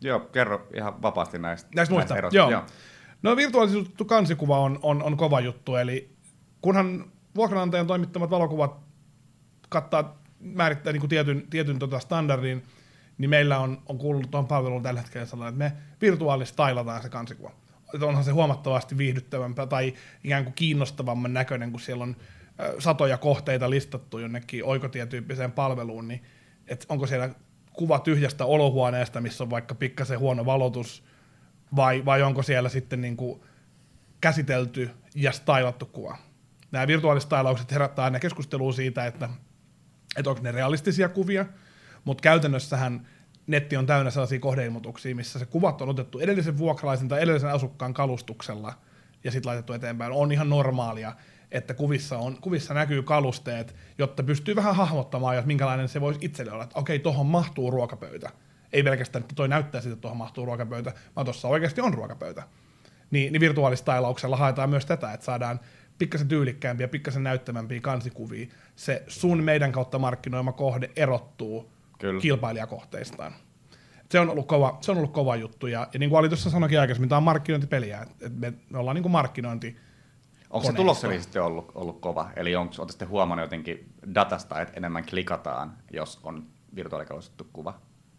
Joo, kerro ihan vapaasti näistä, näistä muista. näistä Joo. Joo. No virtuaalisuutettu kansikuva on, on, on kova juttu, eli kunhan vuokranantajan toimittamat valokuvat kattaa, määrittää niin kuin tietyn, tietyn tota standardin, niin meillä on, on kuullut tuohon palveluun tällä hetkellä sellainen, että me virtuaalistailataan se kansikuva. Että onhan se huomattavasti viihdyttävämpää tai ikään kuin kiinnostavamman näköinen, kun siellä on ö, satoja kohteita listattu jonnekin oikotietyyppiseen palveluun, niin että onko siellä kuva tyhjästä olohuoneesta, missä on vaikka pikkasen huono valotus, vai, vai onko siellä sitten niin kuin käsitelty ja stylattu kuva. Nämä virtuaalistylaukset herättää aina keskustelua siitä, että, että onko ne realistisia kuvia, mutta käytännössähän netti on täynnä sellaisia kohdeilmoituksia, missä se kuvat on otettu edellisen vuokralaisen tai edellisen asukkaan kalustuksella ja sitten laitettu eteenpäin. On ihan normaalia, että kuvissa, on, kuvissa näkyy kalusteet, jotta pystyy vähän hahmottamaan, että minkälainen se voisi itselle olla. Että okei, tuohon mahtuu ruokapöytä. Ei pelkästään, että toi näyttää siltä, että tuohon mahtuu ruokapöytä, vaan tuossa oikeasti on ruokapöytä. Niin, niin virtuaalistylauksella haetaan myös tätä, että saadaan pikkasen tyylikkäämpiä, pikkasen näyttävämpiä kansikuvia. Se sun meidän kautta markkinoima kohde erottuu Kyllä. kilpailijakohteistaan. Se on ollut kova, se on ollut kova juttu, ja, ja niin kuin Ali tuossa sanoikin aikaisemmin, tämä on markkinointipeliä, että et me, me ollaan niin kuin markkinointi. Onko se tuloksellisesti ollut, ollut kova? Eli onko olette huomannut jotenkin datasta, että enemmän klikataan, jos on virtuaalikalustettu kuva?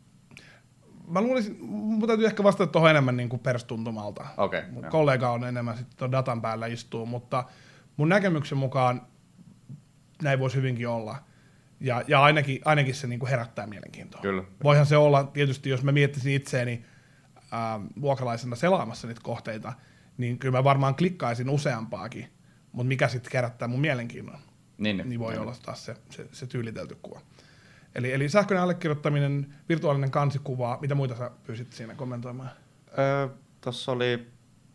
Mä luulisin, mun täytyy ehkä vastata tuohon enemmän niin kuin perstuntumalta. Okay, mun kollega on enemmän sitten tuon datan päällä istuu, mutta mun näkemyksen mukaan näin voisi hyvinkin olla. Ja, ja ainakin, ainakin se niin kuin herättää mielenkiintoa. Kyllä. Voihan se olla, tietysti jos mä miettisin itseäni ää, vuokralaisena selaamassa niitä kohteita, niin kyllä mä varmaan klikkaisin useampaakin, mutta mikä sitten herättää mun mielenkiinnon, niin, niin voi niin. olla taas se, se, se tyylitelty kuva. Eli, eli sähköinen allekirjoittaminen, virtuaalinen kansikuva, mitä muita sä pyysit siinä kommentoimaan? Öö, Tuossa oli,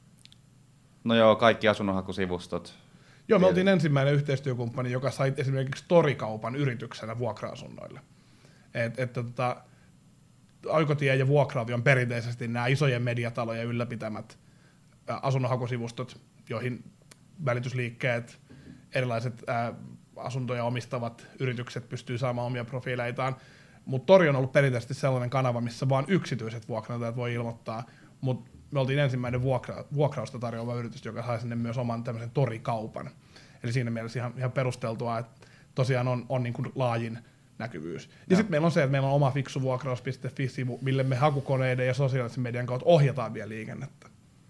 no joo, kaikki asunnonhakusivustot. Joo, me oltiin ensimmäinen yhteistyökumppani, joka sai esimerkiksi Torikaupan yrityksenä vuokra-asunnoille. Et, et, tota, Oikotie ja Vuokraavi on perinteisesti nämä isojen mediatalojen ylläpitämät ä, asunnonhakusivustot, joihin välitysliikkeet, erilaiset ä, asuntoja omistavat yritykset pystyy saamaan omia profiileitaan. Mutta Tori on ollut perinteisesti sellainen kanava, missä vain yksityiset vuokranantajat voi ilmoittaa, mutta me oltiin ensimmäinen vuokra, vuokrausta tarjoava yritys, joka sai sinne myös oman tämmöisen torikaupan. Eli siinä mielessä ihan, ihan perusteltua, että tosiaan on, on niin kuin laajin näkyvyys. Ja sitten meillä on se, että meillä on oma fiksuvuokraus piste fi-sivu, mille me hakukoneiden ja sosiaalisen median kautta ohjataan vielä liikennettä.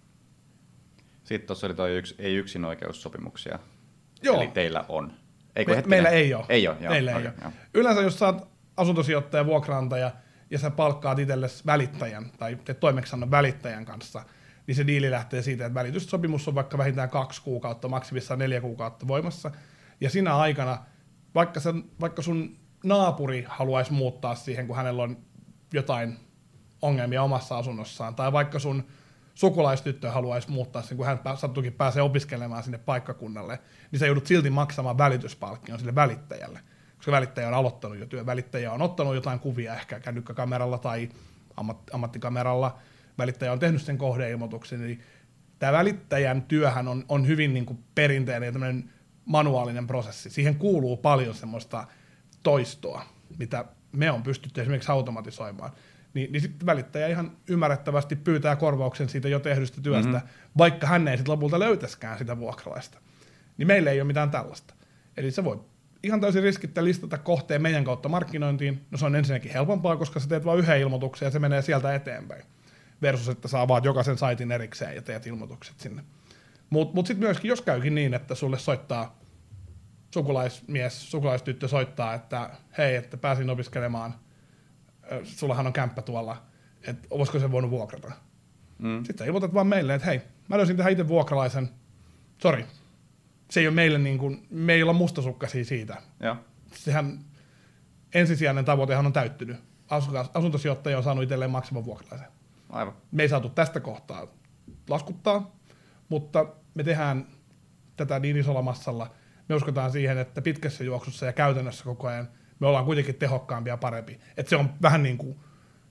Sitten tuossa oli toi yks, ei yksinoikeussopimuksia. Joo. Eli teillä on. Eikö Me, meillä ei ole. Ei ole, joo. Meillä okay, ei ole. Joo. Yleensä jos sä oot asuntosijoittaja, vuokraantaja, ja sä palkkaat itsellesi välittäjän, tai teet toimeksiannon välittäjän kanssa, niin se diili lähtee siitä, että välityssopimus on vaikka vähintään kaksi kuukautta, maksimissaan neljä kuukautta voimassa, ja sinä aikana, vaikka, sen, vaikka sun naapuri haluaisi muuttaa siihen, kun hänellä on jotain ongelmia omassa asunnossaan, tai vaikka sun sukulaistyttö haluaisi muuttaa sen, kun hän sattuukin pääsee opiskelemaan sinne paikkakunnalle, niin sä joudut silti maksamaan välityspalkkion sille välittäjälle, koska välittäjä on aloittanut jo työn. Välittäjä on ottanut jotain kuvia ehkä kännykkäkameralla tai ammat- ammattikameralla, välittäjä on tehnyt sen kohdeilmoituksen, eli tämä välittäjän työhän on, on hyvin niin kuin perinteinen ja tämmöinen manuaalinen prosessi. Siihen kuuluu paljon semmoista toistoa, mitä me on pystytty esimerkiksi automatisoimaan. Niin, niin sitten välittäjä ihan ymmärrettävästi pyytää korvauksen siitä jo tehdystä työstä, mm-hmm. vaikka hän ei sitten lopulta löytäskään sitä vuokralaista. Niin meillä ei ole mitään tällaista. Eli se voi ihan täysin riskittä listata kohteen meidän kautta markkinointiin. No se on ensinnäkin helpompaa, koska sä teet vain yhden ilmoituksen ja se menee sieltä eteenpäin. Versus, että saa vaan jokaisen saitin erikseen ja teet ilmoitukset sinne. Mutta mut sitten myöskin, jos käykin niin, että sulle soittaa sukulaismies, sukulaistyttö soittaa, että hei, että pääsin opiskelemaan, sullahan on kämppä tuolla, että olisiko se voinut vuokrata. Mm. Sitten sä ilmoitat vaan meille, että hei, mä löysin tähän itse vuokralaisen, sori, se ei ole meille niin kuin, me ei olla mustasukkaisia siitä. Ja. Sehän ensisijainen tavoitehan on täyttynyt. Asuntosijoittaja on saanut itselleen maksavan vuokralaisen. Aivan. Me ei saatu tästä kohtaa laskuttaa, mutta me tehdään tätä niin isolla massalla. Me uskotaan siihen, että pitkässä juoksussa ja käytännössä koko ajan me ollaan kuitenkin tehokkaampia ja parempi. Että se on vähän niin kuin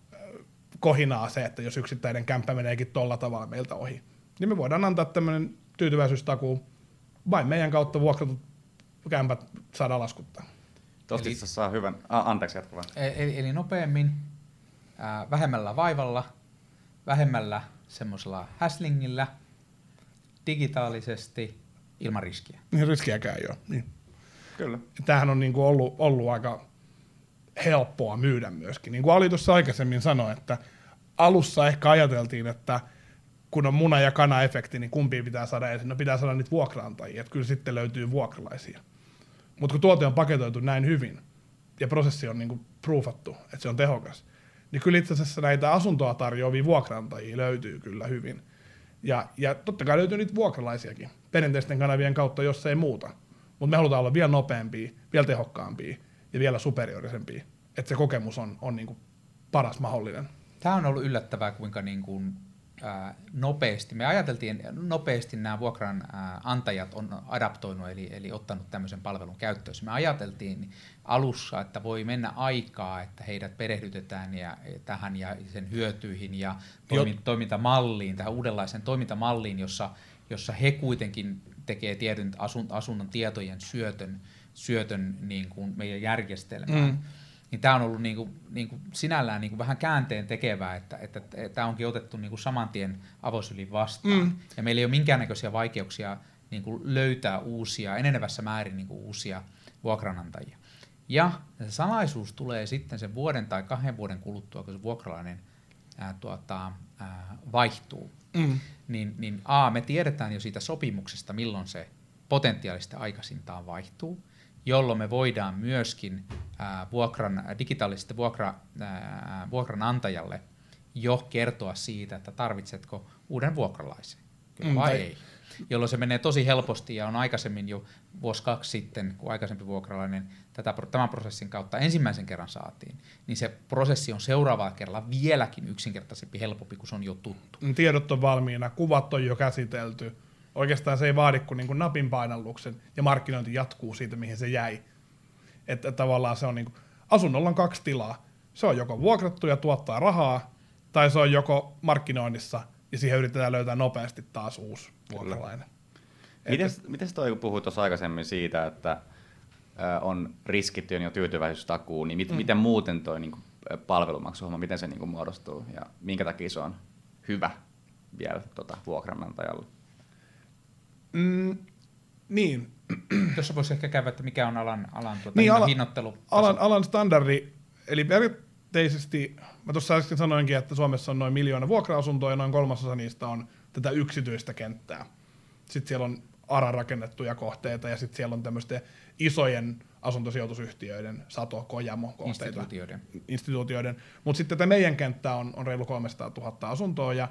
kohinaa se, että jos yksittäinen kämppä meneekin tolla tavalla meiltä ohi, niin me voidaan antaa tämmöinen tyytyväisyystakuu, vain meidän kautta vuokratut kämpät saadaan laskuttaa. Tosta itse saa hyvän, ah, anteeksi jatkuvaa. Eli, eli nopeammin, ää, vähemmällä vaivalla vähemmällä semmoisella häslingillä, digitaalisesti, ilman riskiä. Niin riskiäkään ei ole. Niin. Kyllä. Tämähän on niinku ollut, ollut aika helppoa myydä myöskin. Niin kuin Ali tuossa aikaisemmin sanoi, että alussa ehkä ajateltiin, että kun on muna- ja kana-efekti, niin kumpiin pitää saada ensin? No pitää saada niitä vuokraantajia, että kyllä sitten löytyy vuokralaisia. Mutta kun tuote on paketoitu näin hyvin, ja prosessi on niinku proofattu, että se on tehokas, niin kyllä itse asiassa näitä asuntoa tarjoavia vuokraantajia löytyy kyllä hyvin. Ja, ja totta kai löytyy niitä vuokralaisiakin, perinteisten kanavien kautta, jos ei muuta. Mutta me halutaan olla vielä nopeampia, vielä tehokkaampia ja vielä superiorisempia, että se kokemus on, on niinku paras mahdollinen. Tämä on ollut yllättävää, kuinka niin kuin, ää, nopeasti, me ajateltiin, nopeasti nämä vuokranantajat on adaptoinut, eli, eli ottanut tämmöisen palvelun käyttöön. Me ajateltiin alussa, että voi mennä aikaa, että heidät perehdytetään ja, tähän ja sen hyötyihin ja toimi, toimintamalliin, tähän uudenlaiseen toimintamalliin, jossa, jossa he kuitenkin tekee tietyn asun, asunnon tietojen syötön, syötön niin kuin meidän järjestelmään. Mm. Niin tämä on ollut niinku, niinku sinällään niinku vähän käänteen tekevää, että, että, että tämä onkin otettu niinku saman tien avosylin vastaan. Mm. Ja meillä ei ole minkäännäköisiä vaikeuksia niinku löytää uusia, enenevässä määrin niinku uusia vuokranantajia. Ja se salaisuus tulee sitten sen vuoden tai kahden vuoden kuluttua, kun se vuokralainen ää, tuota, ää, vaihtuu. Mm. Niin, niin A, me tiedetään jo siitä sopimuksesta, milloin se potentiaalisesti aikaisintaan vaihtuu, jolloin me voidaan myöskin ää, vuokran, digitaalisesti vuokra, ää, vuokranantajalle jo kertoa siitä, että tarvitsetko uuden vuokralaisen, kyllä vai mm, ei. Jolloin se menee tosi helposti ja on aikaisemmin jo vuosi kaksi sitten, kun aikaisempi vuokralainen tätä, tämän prosessin kautta ensimmäisen kerran saatiin, niin se prosessi on seuraavalla kerralla vieläkin yksinkertaisempi, helpompi, kun se on jo tuttu. Tiedot on valmiina, kuvat on jo käsitelty. Oikeastaan se ei vaadi kuin, niin kuin napin painalluksen ja markkinointi jatkuu siitä, mihin se jäi. Että tavallaan se on niin kuin, asunnolla on kaksi tilaa. Se on joko vuokrattu ja tuottaa rahaa, tai se on joko markkinoinnissa ja siihen yritetään löytää nopeasti taas uusi vuokralainen. Miten toi, kun puhuit tuossa aikaisemmin siitä, että äh, on riskittyön ja tyytyväisyystakuu, niin mit, mm. miten muuten toi niin kuin, palvelumaksuhomma, miten se niin kuin, muodostuu ja minkä takia se on hyvä vielä tota, vuokranantajalle? Mm, niin. Tuossa voisi ehkä käydä, että mikä on alan, alan tuota, niin, ala, hinnoittelu. Alan, alan standardi, eli perinteisesti, mä tuossa äsken sanoinkin, että Suomessa on noin miljoona vuokra-asuntoa ja noin kolmasosa niistä on tätä yksityistä kenttää. Sitten siellä on A R A-rakennettuja kohteita ja sitten siellä on tämmöisten isojen asuntosijoitusyhtiöiden, Sato, Kojamo kohteita. Instituutioiden. Instituutioiden. Mutta sitten tämä meidän kenttä on, on reilu kolmesataatuhatta asuntoa ja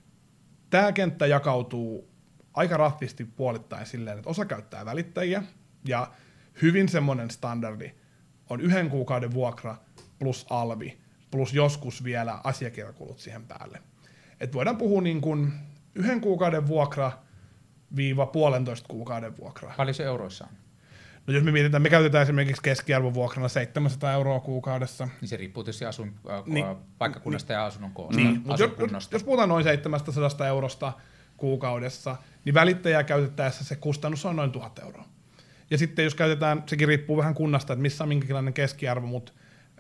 tämä kenttä jakautuu aika rahtisti puolittain silleen, että osa käyttää välittäjiä ja hyvin semmoinen standardi on yhden kuukauden vuokra plus alvi plus joskus vielä asiakirjakulut siihen päälle. Et voidaan puhua niin kuin yhden kuukauden vuokra viiva puolentoista kuukauden vuokra. Paljon se euroissa on? No jos me mietitään, me käytetään esimerkiksi keskiarvovuokrana seitsemänsataa euroa kuukaudessa. Niin se riippuu tietysti asun, äh, niin, paikkakunnasta niin, ja asunnon koosta. Niin, mutta jos, jos puhutaan noin seitsemänsataa eurosta kuukaudessa, niin välittäjää käytettäessä se kustannus on noin tuhat euroa. Ja sitten jos käytetään, sekin riippuu vähän kunnasta, että missä on minkälainen keskiarvo, mutta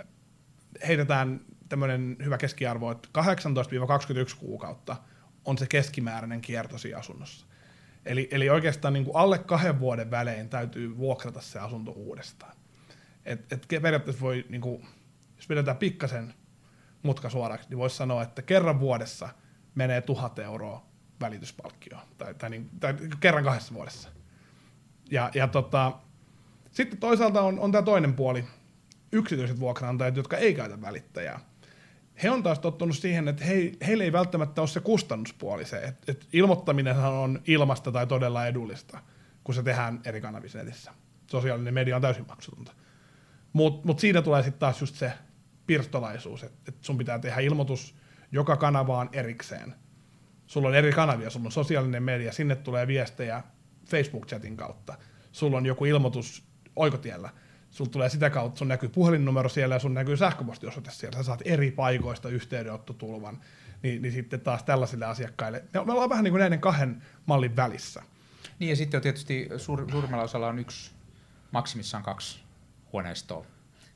heitetään tämmöinen hyvä keskiarvo, että kahdeksantoista kaksikymmentäyksi kuukautta on se keskimääräinen kierto siinä asunnossa. Eli, eli oikeastaan niin kuin alle kahden vuoden välein täytyy vuokrata se asunto uudestaan. Et, et periaatteessa voi, niin kuin, jos vedetään pikkasen mutka suoraksi, niin voisi sanoa, että kerran vuodessa menee tuhat euroa välityspalkkioon, tai, tai, niin, tai kerran kahdessa vuodessa. Ja, ja tota, sitten toisaalta on, on tämä toinen puoli, yksityiset vuokranantajat, jotka ei käytä välittäjää. He on taas tottunut siihen, että he, heillä ei välttämättä ole se kustannuspuoli se, että, että ilmoittaminenhan on ilmasta tai todella edullista, kun se tehdään eri kanavissa netissä. Sosiaalinen media on täysin maksutonta. Mutta mut siinä tulee sitten taas just se pirstolaisuus, että, että sun pitää tehdä ilmoitus joka kanavaan erikseen. Sulla on eri kanavia, sulla on sosiaalinen media, sinne tulee viestejä Facebook-chatin kautta. Sulla on joku ilmoitus oikotiellä. Sulla tulee sitä kautta, sun näkyy puhelinnumero siellä ja sun näkyy sähköpostiosoite siellä. Sä saat eri paikoista yhteydenottotulvan. Niin, niin sitten taas tällaisille asiakkaille. Me ollaan vähän niin kuin näiden kahden mallin välissä. Niin ja sitten on tietysti suur, suurimmalla osalla on yksi, maksimissaan kaksi huoneistoa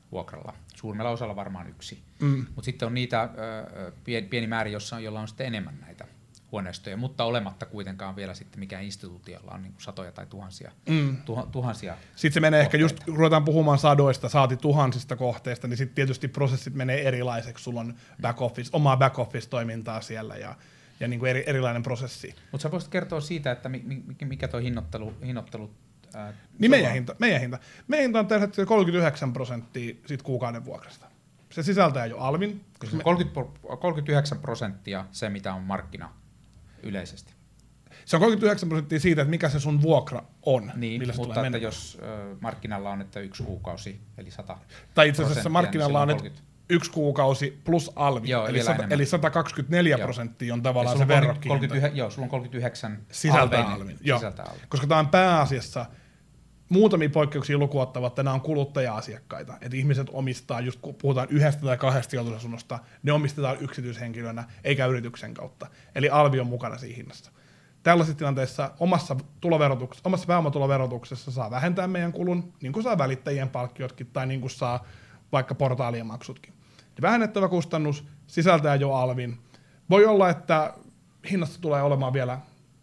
vuokralla. Suurimmalla osalla varmaan yksi. Mm. Mutta sitten on niitä ö, pieni, pieni määrä, jossa, jolla on sitten enemmän näitä huoneistoja, mutta olematta kuitenkaan vielä sitten mikään instituutio, jolla on niin kuin satoja tai tuhansia. Mm. Tuha, tuhansia sitten se menee kohteita. ehkä just, kun ruvetaan puhumaan sadoista, saati tuhansista kohteista, niin sitten tietysti prosessit menee erilaiseksi. Sulla on back office, omaa back office-toimintaa siellä ja, ja niin kuin eri, erilainen prosessi. Mutta sä voisit kertoa siitä, että mi, mi, mikä tuo hinnoittelu, hinnoittelu ää, niin meidän hinta, meidän hinta. Meidän hinta on tällä hetkellä kolmekymmentäyhdeksän prosenttia sit kuukauden vuokrasta. Se sisältää jo alvin. Se on kolmekymmentä, kolmekymmentäyhdeksän prosenttia se, mitä on markkina yleisesti. Se on kolmekymmentäyhdeksän prosenttia siitä, että mikä se sun vuokra on. Niin, millä se mutta tulee että mennä. jos ö, markkinalla on, että yksi kuukausi, eli sata Tai itse asiassa markkinalla on, niin että yksi kuukausi plus alvi, Joo, eli, sata, eli sata kaksikymmentäneljä prosenttia on tavallaan se verrokki. Joo, sulla on kolmekymmentäyhdeksän sisältää alvin. Joo. Sisältää alvin. Koska tämä on pääasiassa, muutamia poikkeuksia lukuottavat, että nämä on kuluttaja-asiakkaita. Että ihmiset omistaa, just kun puhutaan yhdestä tai kahdesta sijoitusasunnosta, ne omistetaan yksityishenkilönä eikä yrityksen kautta. Eli alvi on mukana siinä hinnassa. Tällaisissa tilanteissa omassa, omassa pääomatuloverotuksessa saa vähentää meidän kulun, niin kuin saa välittäjien palkkiotkin tai niin kuin saa vaikka portaalien maksutkin. Ja vähennettävä kustannus sisältää jo alvin. Voi olla, että hinnasta tulee olemaan vielä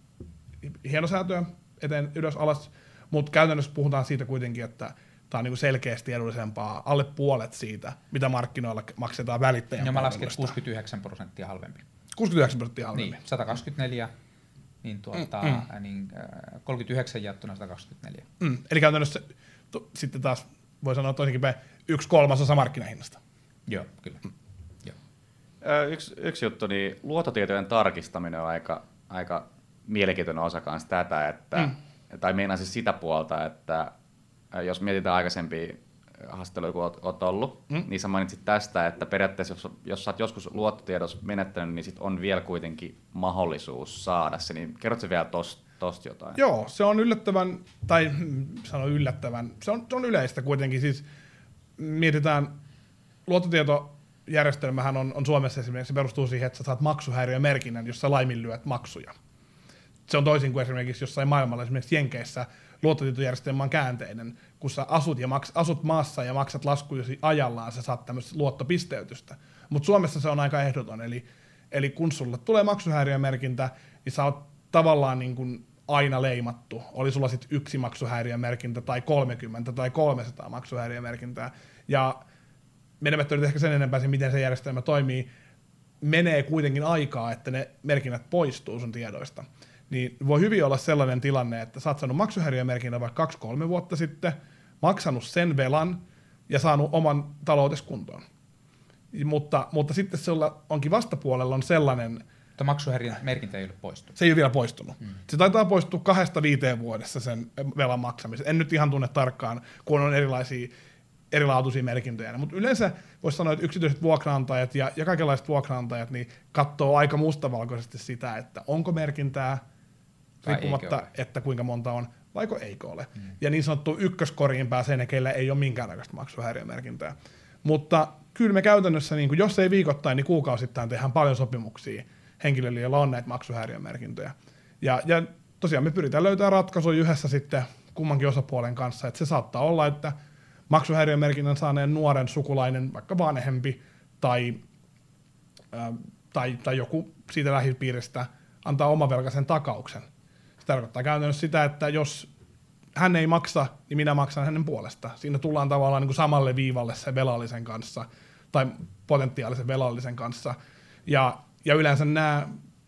hienosäätöä eteen ylös alas, mutta käytännössä puhutaan siitä kuitenkin, että tämä on niinku selkeästi edullisempaa, alle puolet siitä, mitä markkinoilla maksetaan välittäjän ja mä lasken palveluista. kuusikymmentäyhdeksän prosenttia halvempi. kuusikymmentäyhdeksän prosenttia halvempi. Niin, sata kaksikymmentäneljä, niin, tuota, mm. niin äh, kolmekymmentäyhdeksän jaettuna sata kaksikymmentäneljä. Mm. Eli käytännössä to, sitten taas voi sanoa toisinkin päin, yksi kolmasosa markkinahinnasta. Joo, kyllä. Mm. Joo. Yksi, yksi juttu, niin luottotietojen tarkistaminen on aika, aika mielenkiintoinen osa kanssa tätä, että, mm. tai meinaa siis sitä puolta, että jos mietitään aikaisempia haastatteluja, kun oot, oot ollut, mm. niin sä mainitsit tästä, että periaatteessa jos, jos sä oot joskus luottotiedossa menettänyt, niin sit on vielä kuitenkin mahdollisuus saada se, niin kerrotko vielä tosta tost jotain? Joo, se on yllättävän, tai sano yllättävän, se on, se on yleistä kuitenkin, siis mietitään, luottotietojärjestelmähän on, on Suomessa esimerkiksi, se perustuu siihen, että sä saat maksuhäiriömerkinnän, jos sä laiminlyöt maksuja. Se on toisin kuin esimerkiksi jossain maailmalla, esimerkiksi Jenkeissä, luottotietojärjestelmä on käänteinen. Kun sä asut, ja maks, asut maassa ja maksat laskujusi ajallaan, sä saat tämmöistä luottopisteytystä. Mutta Suomessa se on aika ehdoton, eli, eli kun sulle tulee maksuhäiriömerkintä, niin sä oot tavallaan niin kuin aina leimattu. Oli sulla sitten yksi maksuhäiriömerkintä tai kolmekymmentä tai kolmesataa maksuhäiriömerkintää. Ja menemättä nyt ehkä sen enempää se, miten se järjestelmä toimii, menee kuitenkin aikaa, että ne merkinnät poistuu sun tiedoista. Niin voi hyvin olla sellainen tilanne, että sä oot saanut maksuhäiriömerkinnän vaikka kaksi kolme vuotta sitten, maksanut sen velan ja saanut oman taloutesi kuntoon. Mutta, mutta sitten sulla onkin vastapuolella on sellainen... Mutta maksuhäiriömerkintä ei ole poistunut. Se ei ole vielä poistunut. Mm. Se taitaa poistua kahdesta viiteen vuodessa sen velan maksamisen. En nyt ihan tunne tarkkaan, kun on erilaisia erilaatuisia merkintöjä. Mutta yleensä voisi sanoa, että yksityiset vuokraantajat ja, ja kaikenlaiset vuokraantajat niin katsoo aika mustavalkoisesti sitä, että onko merkintää, vai riippumatta, että kuinka monta on, vaiko eikö ole. Mm. Ja niin sanottu ykköskoriin pääsee ne, keillä ei ole minkäännäköistä maksuhäiriömerkintää. Mutta kyllä me käytännössä, niin kuin jos ei viikoittain, niin kuukausittain tehdään paljon sopimuksia henkilöille, joilla on näitä maksuhäiriömerkintöjä. Ja, ja tosiaan me pyritään löytämään ratkaisuja yhdessä sitten kummankin osapuolen kanssa, että se saattaa olla, että maksuhäiriömerkinnän saaneen nuoren sukulainen, vaikka vanhempi tai, ää, tai, tai joku siitä lähipiiristä antaa omavelkaisen takauksen. Se tarkoittaa käytännössä sitä, että jos hän ei maksa, niin minä maksan hänen puolesta. Siinä tullaan tavallaan niin kuin samalle viivalle sen velallisen kanssa tai potentiaalisen velallisen kanssa. Ja, ja yleensä nämä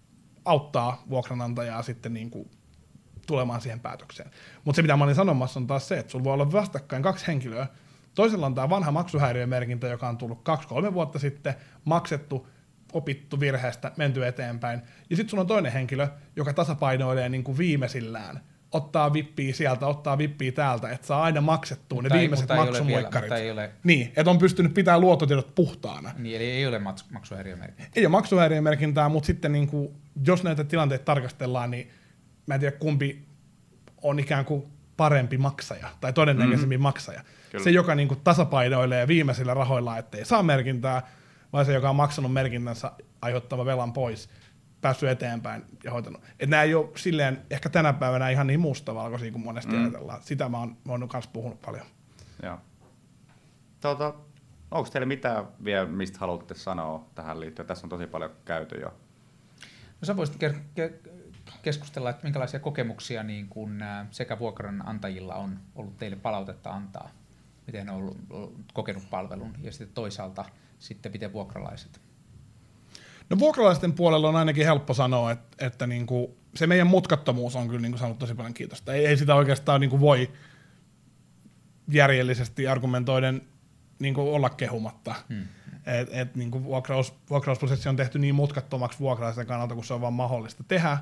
auttaa vuokranantajaa sitten niin kuin tulemaan siihen päätökseen. Mutta se, mitä mä olin sanomassa, on taas se, että sulla voi olla vastakkain kaksi henkilöä. Toisella on tämä vanha maksuhäiriömerkintä, joka on tullut kaksi kolme vuotta sitten, maksettu, opittu virheestä, menty eteenpäin. Ja sitten sulla on toinen henkilö, joka tasapainoilee niin kuin viimeisillään. Ottaa vippiä sieltä, ottaa vippiä täältä, että saa aina maksettua ne viimeiset maksumuikkarit. Niin, että on pystynyt pitämään luottotiedot puhtaana. Niin, eli ei ole maksuhäiriömerkintää. Ei ole maksuhäiriömerkintää, mutta sitten niin kuin, jos näitä tilanteita tarkastellaan, niin mä en tiedä kumpi on ikään kuin parempi maksaja tai todennäköisemmin mm-hmm. maksaja. Kyllä. Se, joka niin kuin tasapainoilee viimeisillä rahoilla, ettei saa merkintää, vai se, joka on maksanut merkintänsä aiheuttava velan pois, päässyt eteenpäin ja hoitanut. Et nämä ei ole silleen ehkä tänä päivänä ihan niin mustavalkoisia kuin monesti mm. ajatellaan. Sitä mä oon, mä oon kanssa puhunut paljon. Joo. Tuota, onko teillä mitään vielä, mistä haluatte sanoa tähän liittyen? Tässä on tosi paljon käyty jo. No sä voisit ke- ke- keskustella, että minkälaisia kokemuksia niin kun, ä, sekä vuokranantajilla on ollut teille palautetta antaa, miten on ollut, ollut kokenut palvelun, ja sitten toisaalta sitten miten vuokralaiset. No vuokralaisten puolella on ainakin helppo sanoa, että, että niin kuin se meidän mutkattomuus on kyllä niin kuin saanut tosi paljon kiitosta. Ei, ei sitä oikeastaan niin kuin voi järjellisesti argumentoiden niin kuin olla kehumatta. Hmm. Et, et, niin kuin vuokraus, vuokrausprosessi on tehty niin mutkattomaksi vuokralaisen kannalta, kun se on vaan mahdollista tehdä.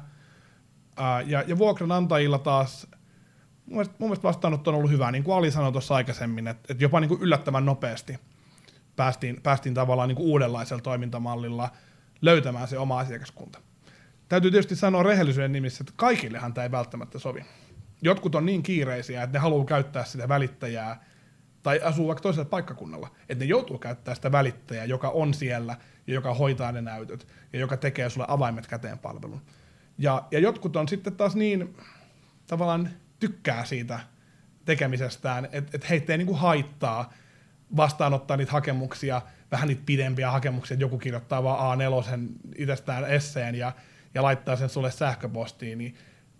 Uh, ja, ja vuokranantajilla taas, mun mielestä, mun mielestä vastaanotto on ollut hyvä, niin kuin Ali sanoi tuossa aikaisemmin, että, että jopa niin kuin yllättävän nopeasti päästiin, päästiin tavallaan niin kuin uudenlaisella toimintamallilla löytämään se oma asiakaskunta. Täytyy tietysti sanoa rehellisyyden nimissä, että kaikillehan tämä ei välttämättä sovi. Jotkut on niin kiireisiä, että ne haluaa käyttää sitä välittäjää, tai asuu vaikka toisella paikkakunnalla, että ne joutuu käyttämään sitä välittäjää, joka on siellä, ja joka hoitaa ne näytöt, ja joka tekee sulle avaimet käteen palvelun. Ja, ja jotkut on sitten taas niin, tavallaan tykkää siitä tekemisestään, että et heitä ei niinku haittaa vastaanottaa niitä hakemuksia, vähän niitä pidempiä hakemuksia, että joku kirjoittaa vaan A neljä itsestään esseen ja, ja laittaa sen sulle sähköpostiin, niin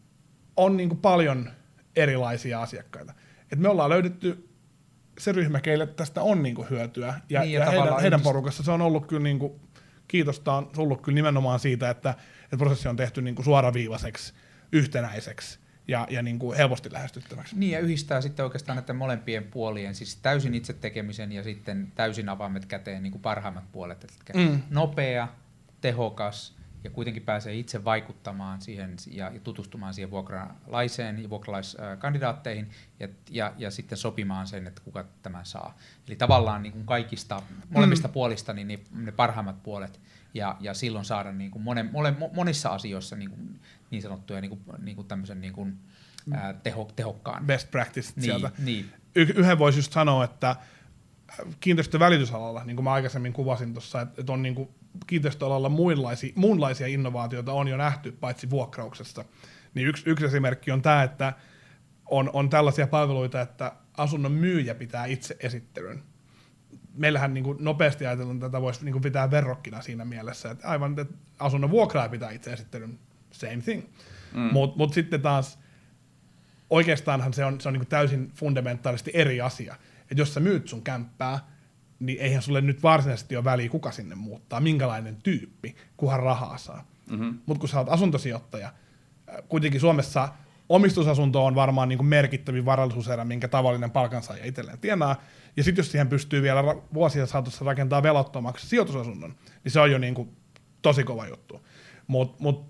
on niinku paljon erilaisia asiakkaita. Et me ollaan löydetty se ryhmä, keille tästä on niinku hyötyä, ja, niin, ja, ja heidän, heidän porukassa se on ollut kyllä, niinku, kiitosta on ollut kyllä nimenomaan siitä, että, että prosessi on tehty niinku suoraviivaiseksi, yhtenäiseksi, ja, ja niin kuin helposti lähestyttäväksi. Niin, ja yhdistää sitten oikeastaan näiden molempien puolien, siis täysin itse tekemisen ja sitten täysin avaimet käteen niin kuin parhaimmat puolet. Eli mm. nopea, tehokas ja kuitenkin pääsee itse vaikuttamaan siihen ja tutustumaan siihen vuokralaiseen ja vuokralaiskandidaatteihin ja, ja, ja sitten sopimaan sen, että kuka tämän saa. Eli tavallaan niin kuin kaikista, molemmista mm. puolista niin ne, ne parhaimmat puolet ja, ja silloin saada niin kuin monen, monen, monissa asioissa niin, kuin, niin sanottuja niin kuin, niin kuin tämmöisen niin kuin, ää, teho, tehokkaan. Best practice niin, sieltä. Niin. Y- yhden voisi just sanoa, että kiinteistövälitysalalla, niin kuin mä aikaisemmin kuvasin tuossa, että, että on niin kuin kiinteistöalalla muunlaisia, muunlaisia innovaatioita on jo nähty, paitsi vuokrauksessa. Niin yksi, yksi esimerkki on tämä, että on, on tällaisia palveluita, että asunnon myyjä pitää itse esittelyn. Meillähän niin kuin nopeasti ajatellen tätä voisi niin kuin pitää verrokkina siinä mielessä, että aivan että asunnon vuokraaja pitää itse esittelyn, same thing. Mm. Mutta mut sitten taas oikeastaanhan se on, se on niin kuin täysin fundamentaalisti eri asia. Että jos sä myyt sun kämppää, niin eihän sulle nyt varsinaisesti ole väliä, kuka sinne muuttaa, minkälainen tyyppi, kunhan rahaa saa. Mm-hmm. Mutta kun sä oot asuntosijoittaja, kuitenkin Suomessa omistusasunto on varmaan niin kuin merkittävin varallisuuserä, minkä tavallinen palkansaaja itselleen tienaa, ja sitten jos siihen pystyy vielä ra- vuosien saatossa rakentaa velottomaksi sijoitusasunnon, niin se on jo niin kuin tosi kova juttu. Mutta mut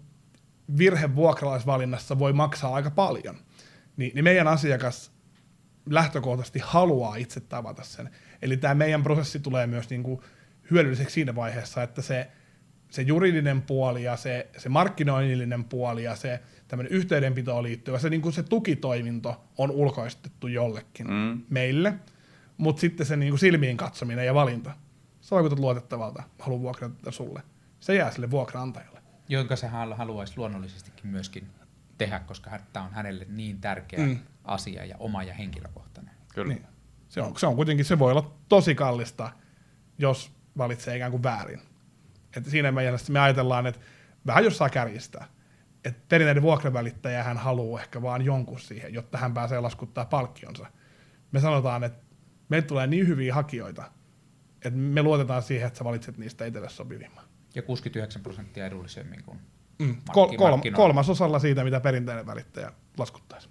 virhe vuokralaisvalinnassa voi maksaa aika paljon. Ni, niin meidän asiakas lähtökohtaisesti haluaa itse tavata sen. Eli tämä meidän prosessi tulee myös niinku hyödylliseksi siinä vaiheessa, että se, se juridinen puoli ja se, se markkinoinnillinen puoli ja se tämmöinen yhteydenpitoon liittyvä, se, niinku se tukitoiminto on ulkoistettu jollekin mm. meille, mutta sitten se niinku silmiin katsominen ja valinta, sä vaikutat luotettavalta, haluan vuokrata sulle, se jää sille vuokraantajalle. Jonka se haluaisi luonnollisestikin myöskin tehdä, koska tämä on hänelle niin tärkeä mm. asia ja oma ja henkilökohtainen. Kyllä. Niin. Se on, se on kuitenkin, se voi olla tosi kallista, jos valitsee ikään kuin väärin. Et siinä mielessä me ajatellaan, että vähän jos saa kärjistää, että perinteinen vuokravälittäjä hän haluaa ehkä vaan jonkun siihen, jotta hän pääsee laskuttaa palkkionsa. Me sanotaan, että meille tulee niin hyviä hakijoita, että me luotetaan siihen, että sä valitset niistä itselle sopivimman. Ja kuusikymmentäyhdeksän prosenttia edullisemmin kuin mm. Kol- kolm- kolmasosalla siitä, mitä perinteinen välittäjä laskuttaisi.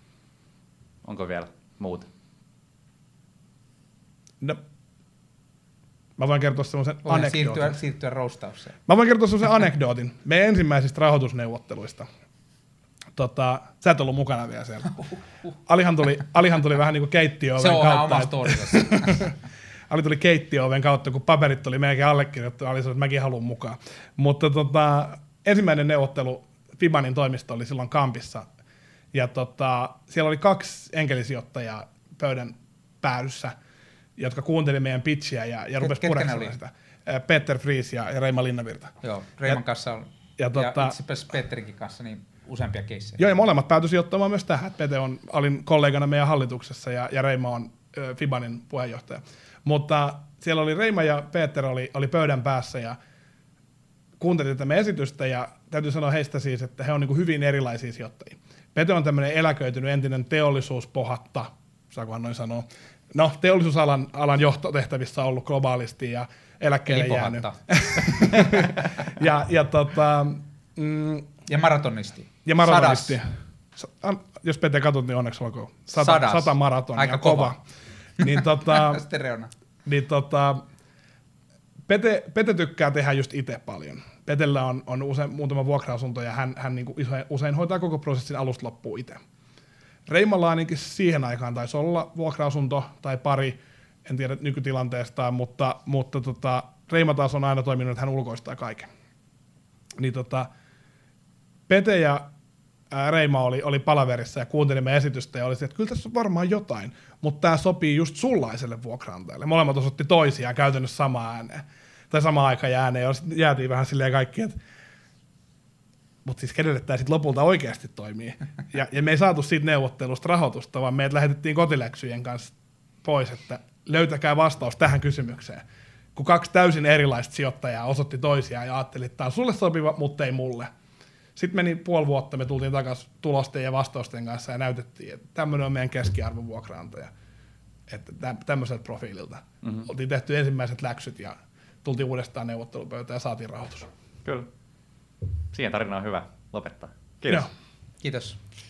Onko vielä muuta? No, mä voin kertoa semmoisen anekdootin. Siirtyä, siirtyä roustaukseen. Mä voin kertoa semmoisen anekdootin meidän ensimmäisistä rahoitusneuvotteluista. Tota, sä et ollut mukana vielä siellä. Alihan tuli, Alihan tuli vähän niin kuin keittiöoven kautta. Se on oma story. Ali tuli keittiöoven kautta, kun paperit tuli melkein allekirjoittu. Ali sanoi, että mäkin haluan mukaan. Mutta tota, ensimmäinen neuvottelu Fibanin toimisto oli silloin Kampissa. Ja tota, siellä oli kaksi enkelisijoittajaa pöydän päädyssä, jotka kuunteli meidän pitchiä ja, ja rupesi pureksimaan sitä. Peter Fries ja, ja Reima Linnavirta. Joo, Reiman kanssa on, ja, ja, tota, ja itse asiassa Peterinkin kanssa niin useampia keissejä. Joo, ja molemmat päätyi sijoittamaan myös tähän. Pete on Alin kollegana meidän hallituksessa ja, ja Reima on ö, Fibanin puheenjohtaja. Mutta siellä oli Reima ja Peter oli, oli pöydän päässä ja kuuntelin tätä esitystä ja täytyy sanoa heistä siis, että he on niin hyvin erilaisia sijoittajia. Pete on tämmöinen eläköitynyt entinen teollisuuspohatta, saakohan noin sanoa. No, teollisuusalan alan johtotehtävissä ollut globaalisti ja eläkkeelle jäänyt. ja, ja, tota, mm, ja maratonisti. Ja maratonisti. Sadas. Jos Pete katsot, niin onneksi olkoon. Sata, sata maratonia. Aika kova. kova. niin, tota, niin, tota, Pete, Pete tykkää tehdä just itse paljon. Petellä on, on usein, muutama vuokra-asunto ja hän, hän niinku usein, usein hoitaa koko prosessin alusta loppuun itse. Reimalla ainakin siihen aikaan taisi olla vuokra-asunto tai pari, en tiedä nykytilanteesta, mutta, mutta tota, Reima taas on aina toiminut, että hän ulkoistaa kaiken. Niin tota, Pete ja ää, Reima oli, oli palaverissa ja kuuntelimme esitystä ja oli se, että kyllä tässä on varmaan jotain, mutta tämä sopii just sullaiselle vuokranantajalle. Molemmat osoitti toisiaan käytännössä samaan ääneen, tai samaan aikaan ääneen, ja jäätiin vähän silleen kaikki, että mutta siis kenelle tämä sitten lopulta oikeasti toimii. Ja, ja me ei saatu siitä neuvottelusta rahoitusta, vaan meidät lähetettiin kotiläksyjen kanssa pois, että löytäkää vastaus tähän kysymykseen. Kun kaksi täysin erilaista sijoittajaa osoitti toisiaan ja ajatteli, että tämä on sulle sopiva, mutta ei mulle. Sitten meni puoli vuotta, me tultiin takaisin tulosten ja vastausten kanssa ja näytettiin, että tämmöinen on meidän keskiarvon vuokraantaja. Että tämmöiseltä profiililta. Mm-hmm. Oltiin tehty ensimmäiset läksyt ja tultiin uudestaan neuvottelupöytään ja saatiin rahoitus. Kyllä. Siihen tarina on hyvä lopettaa. Kiitos. Joo. Kiitos.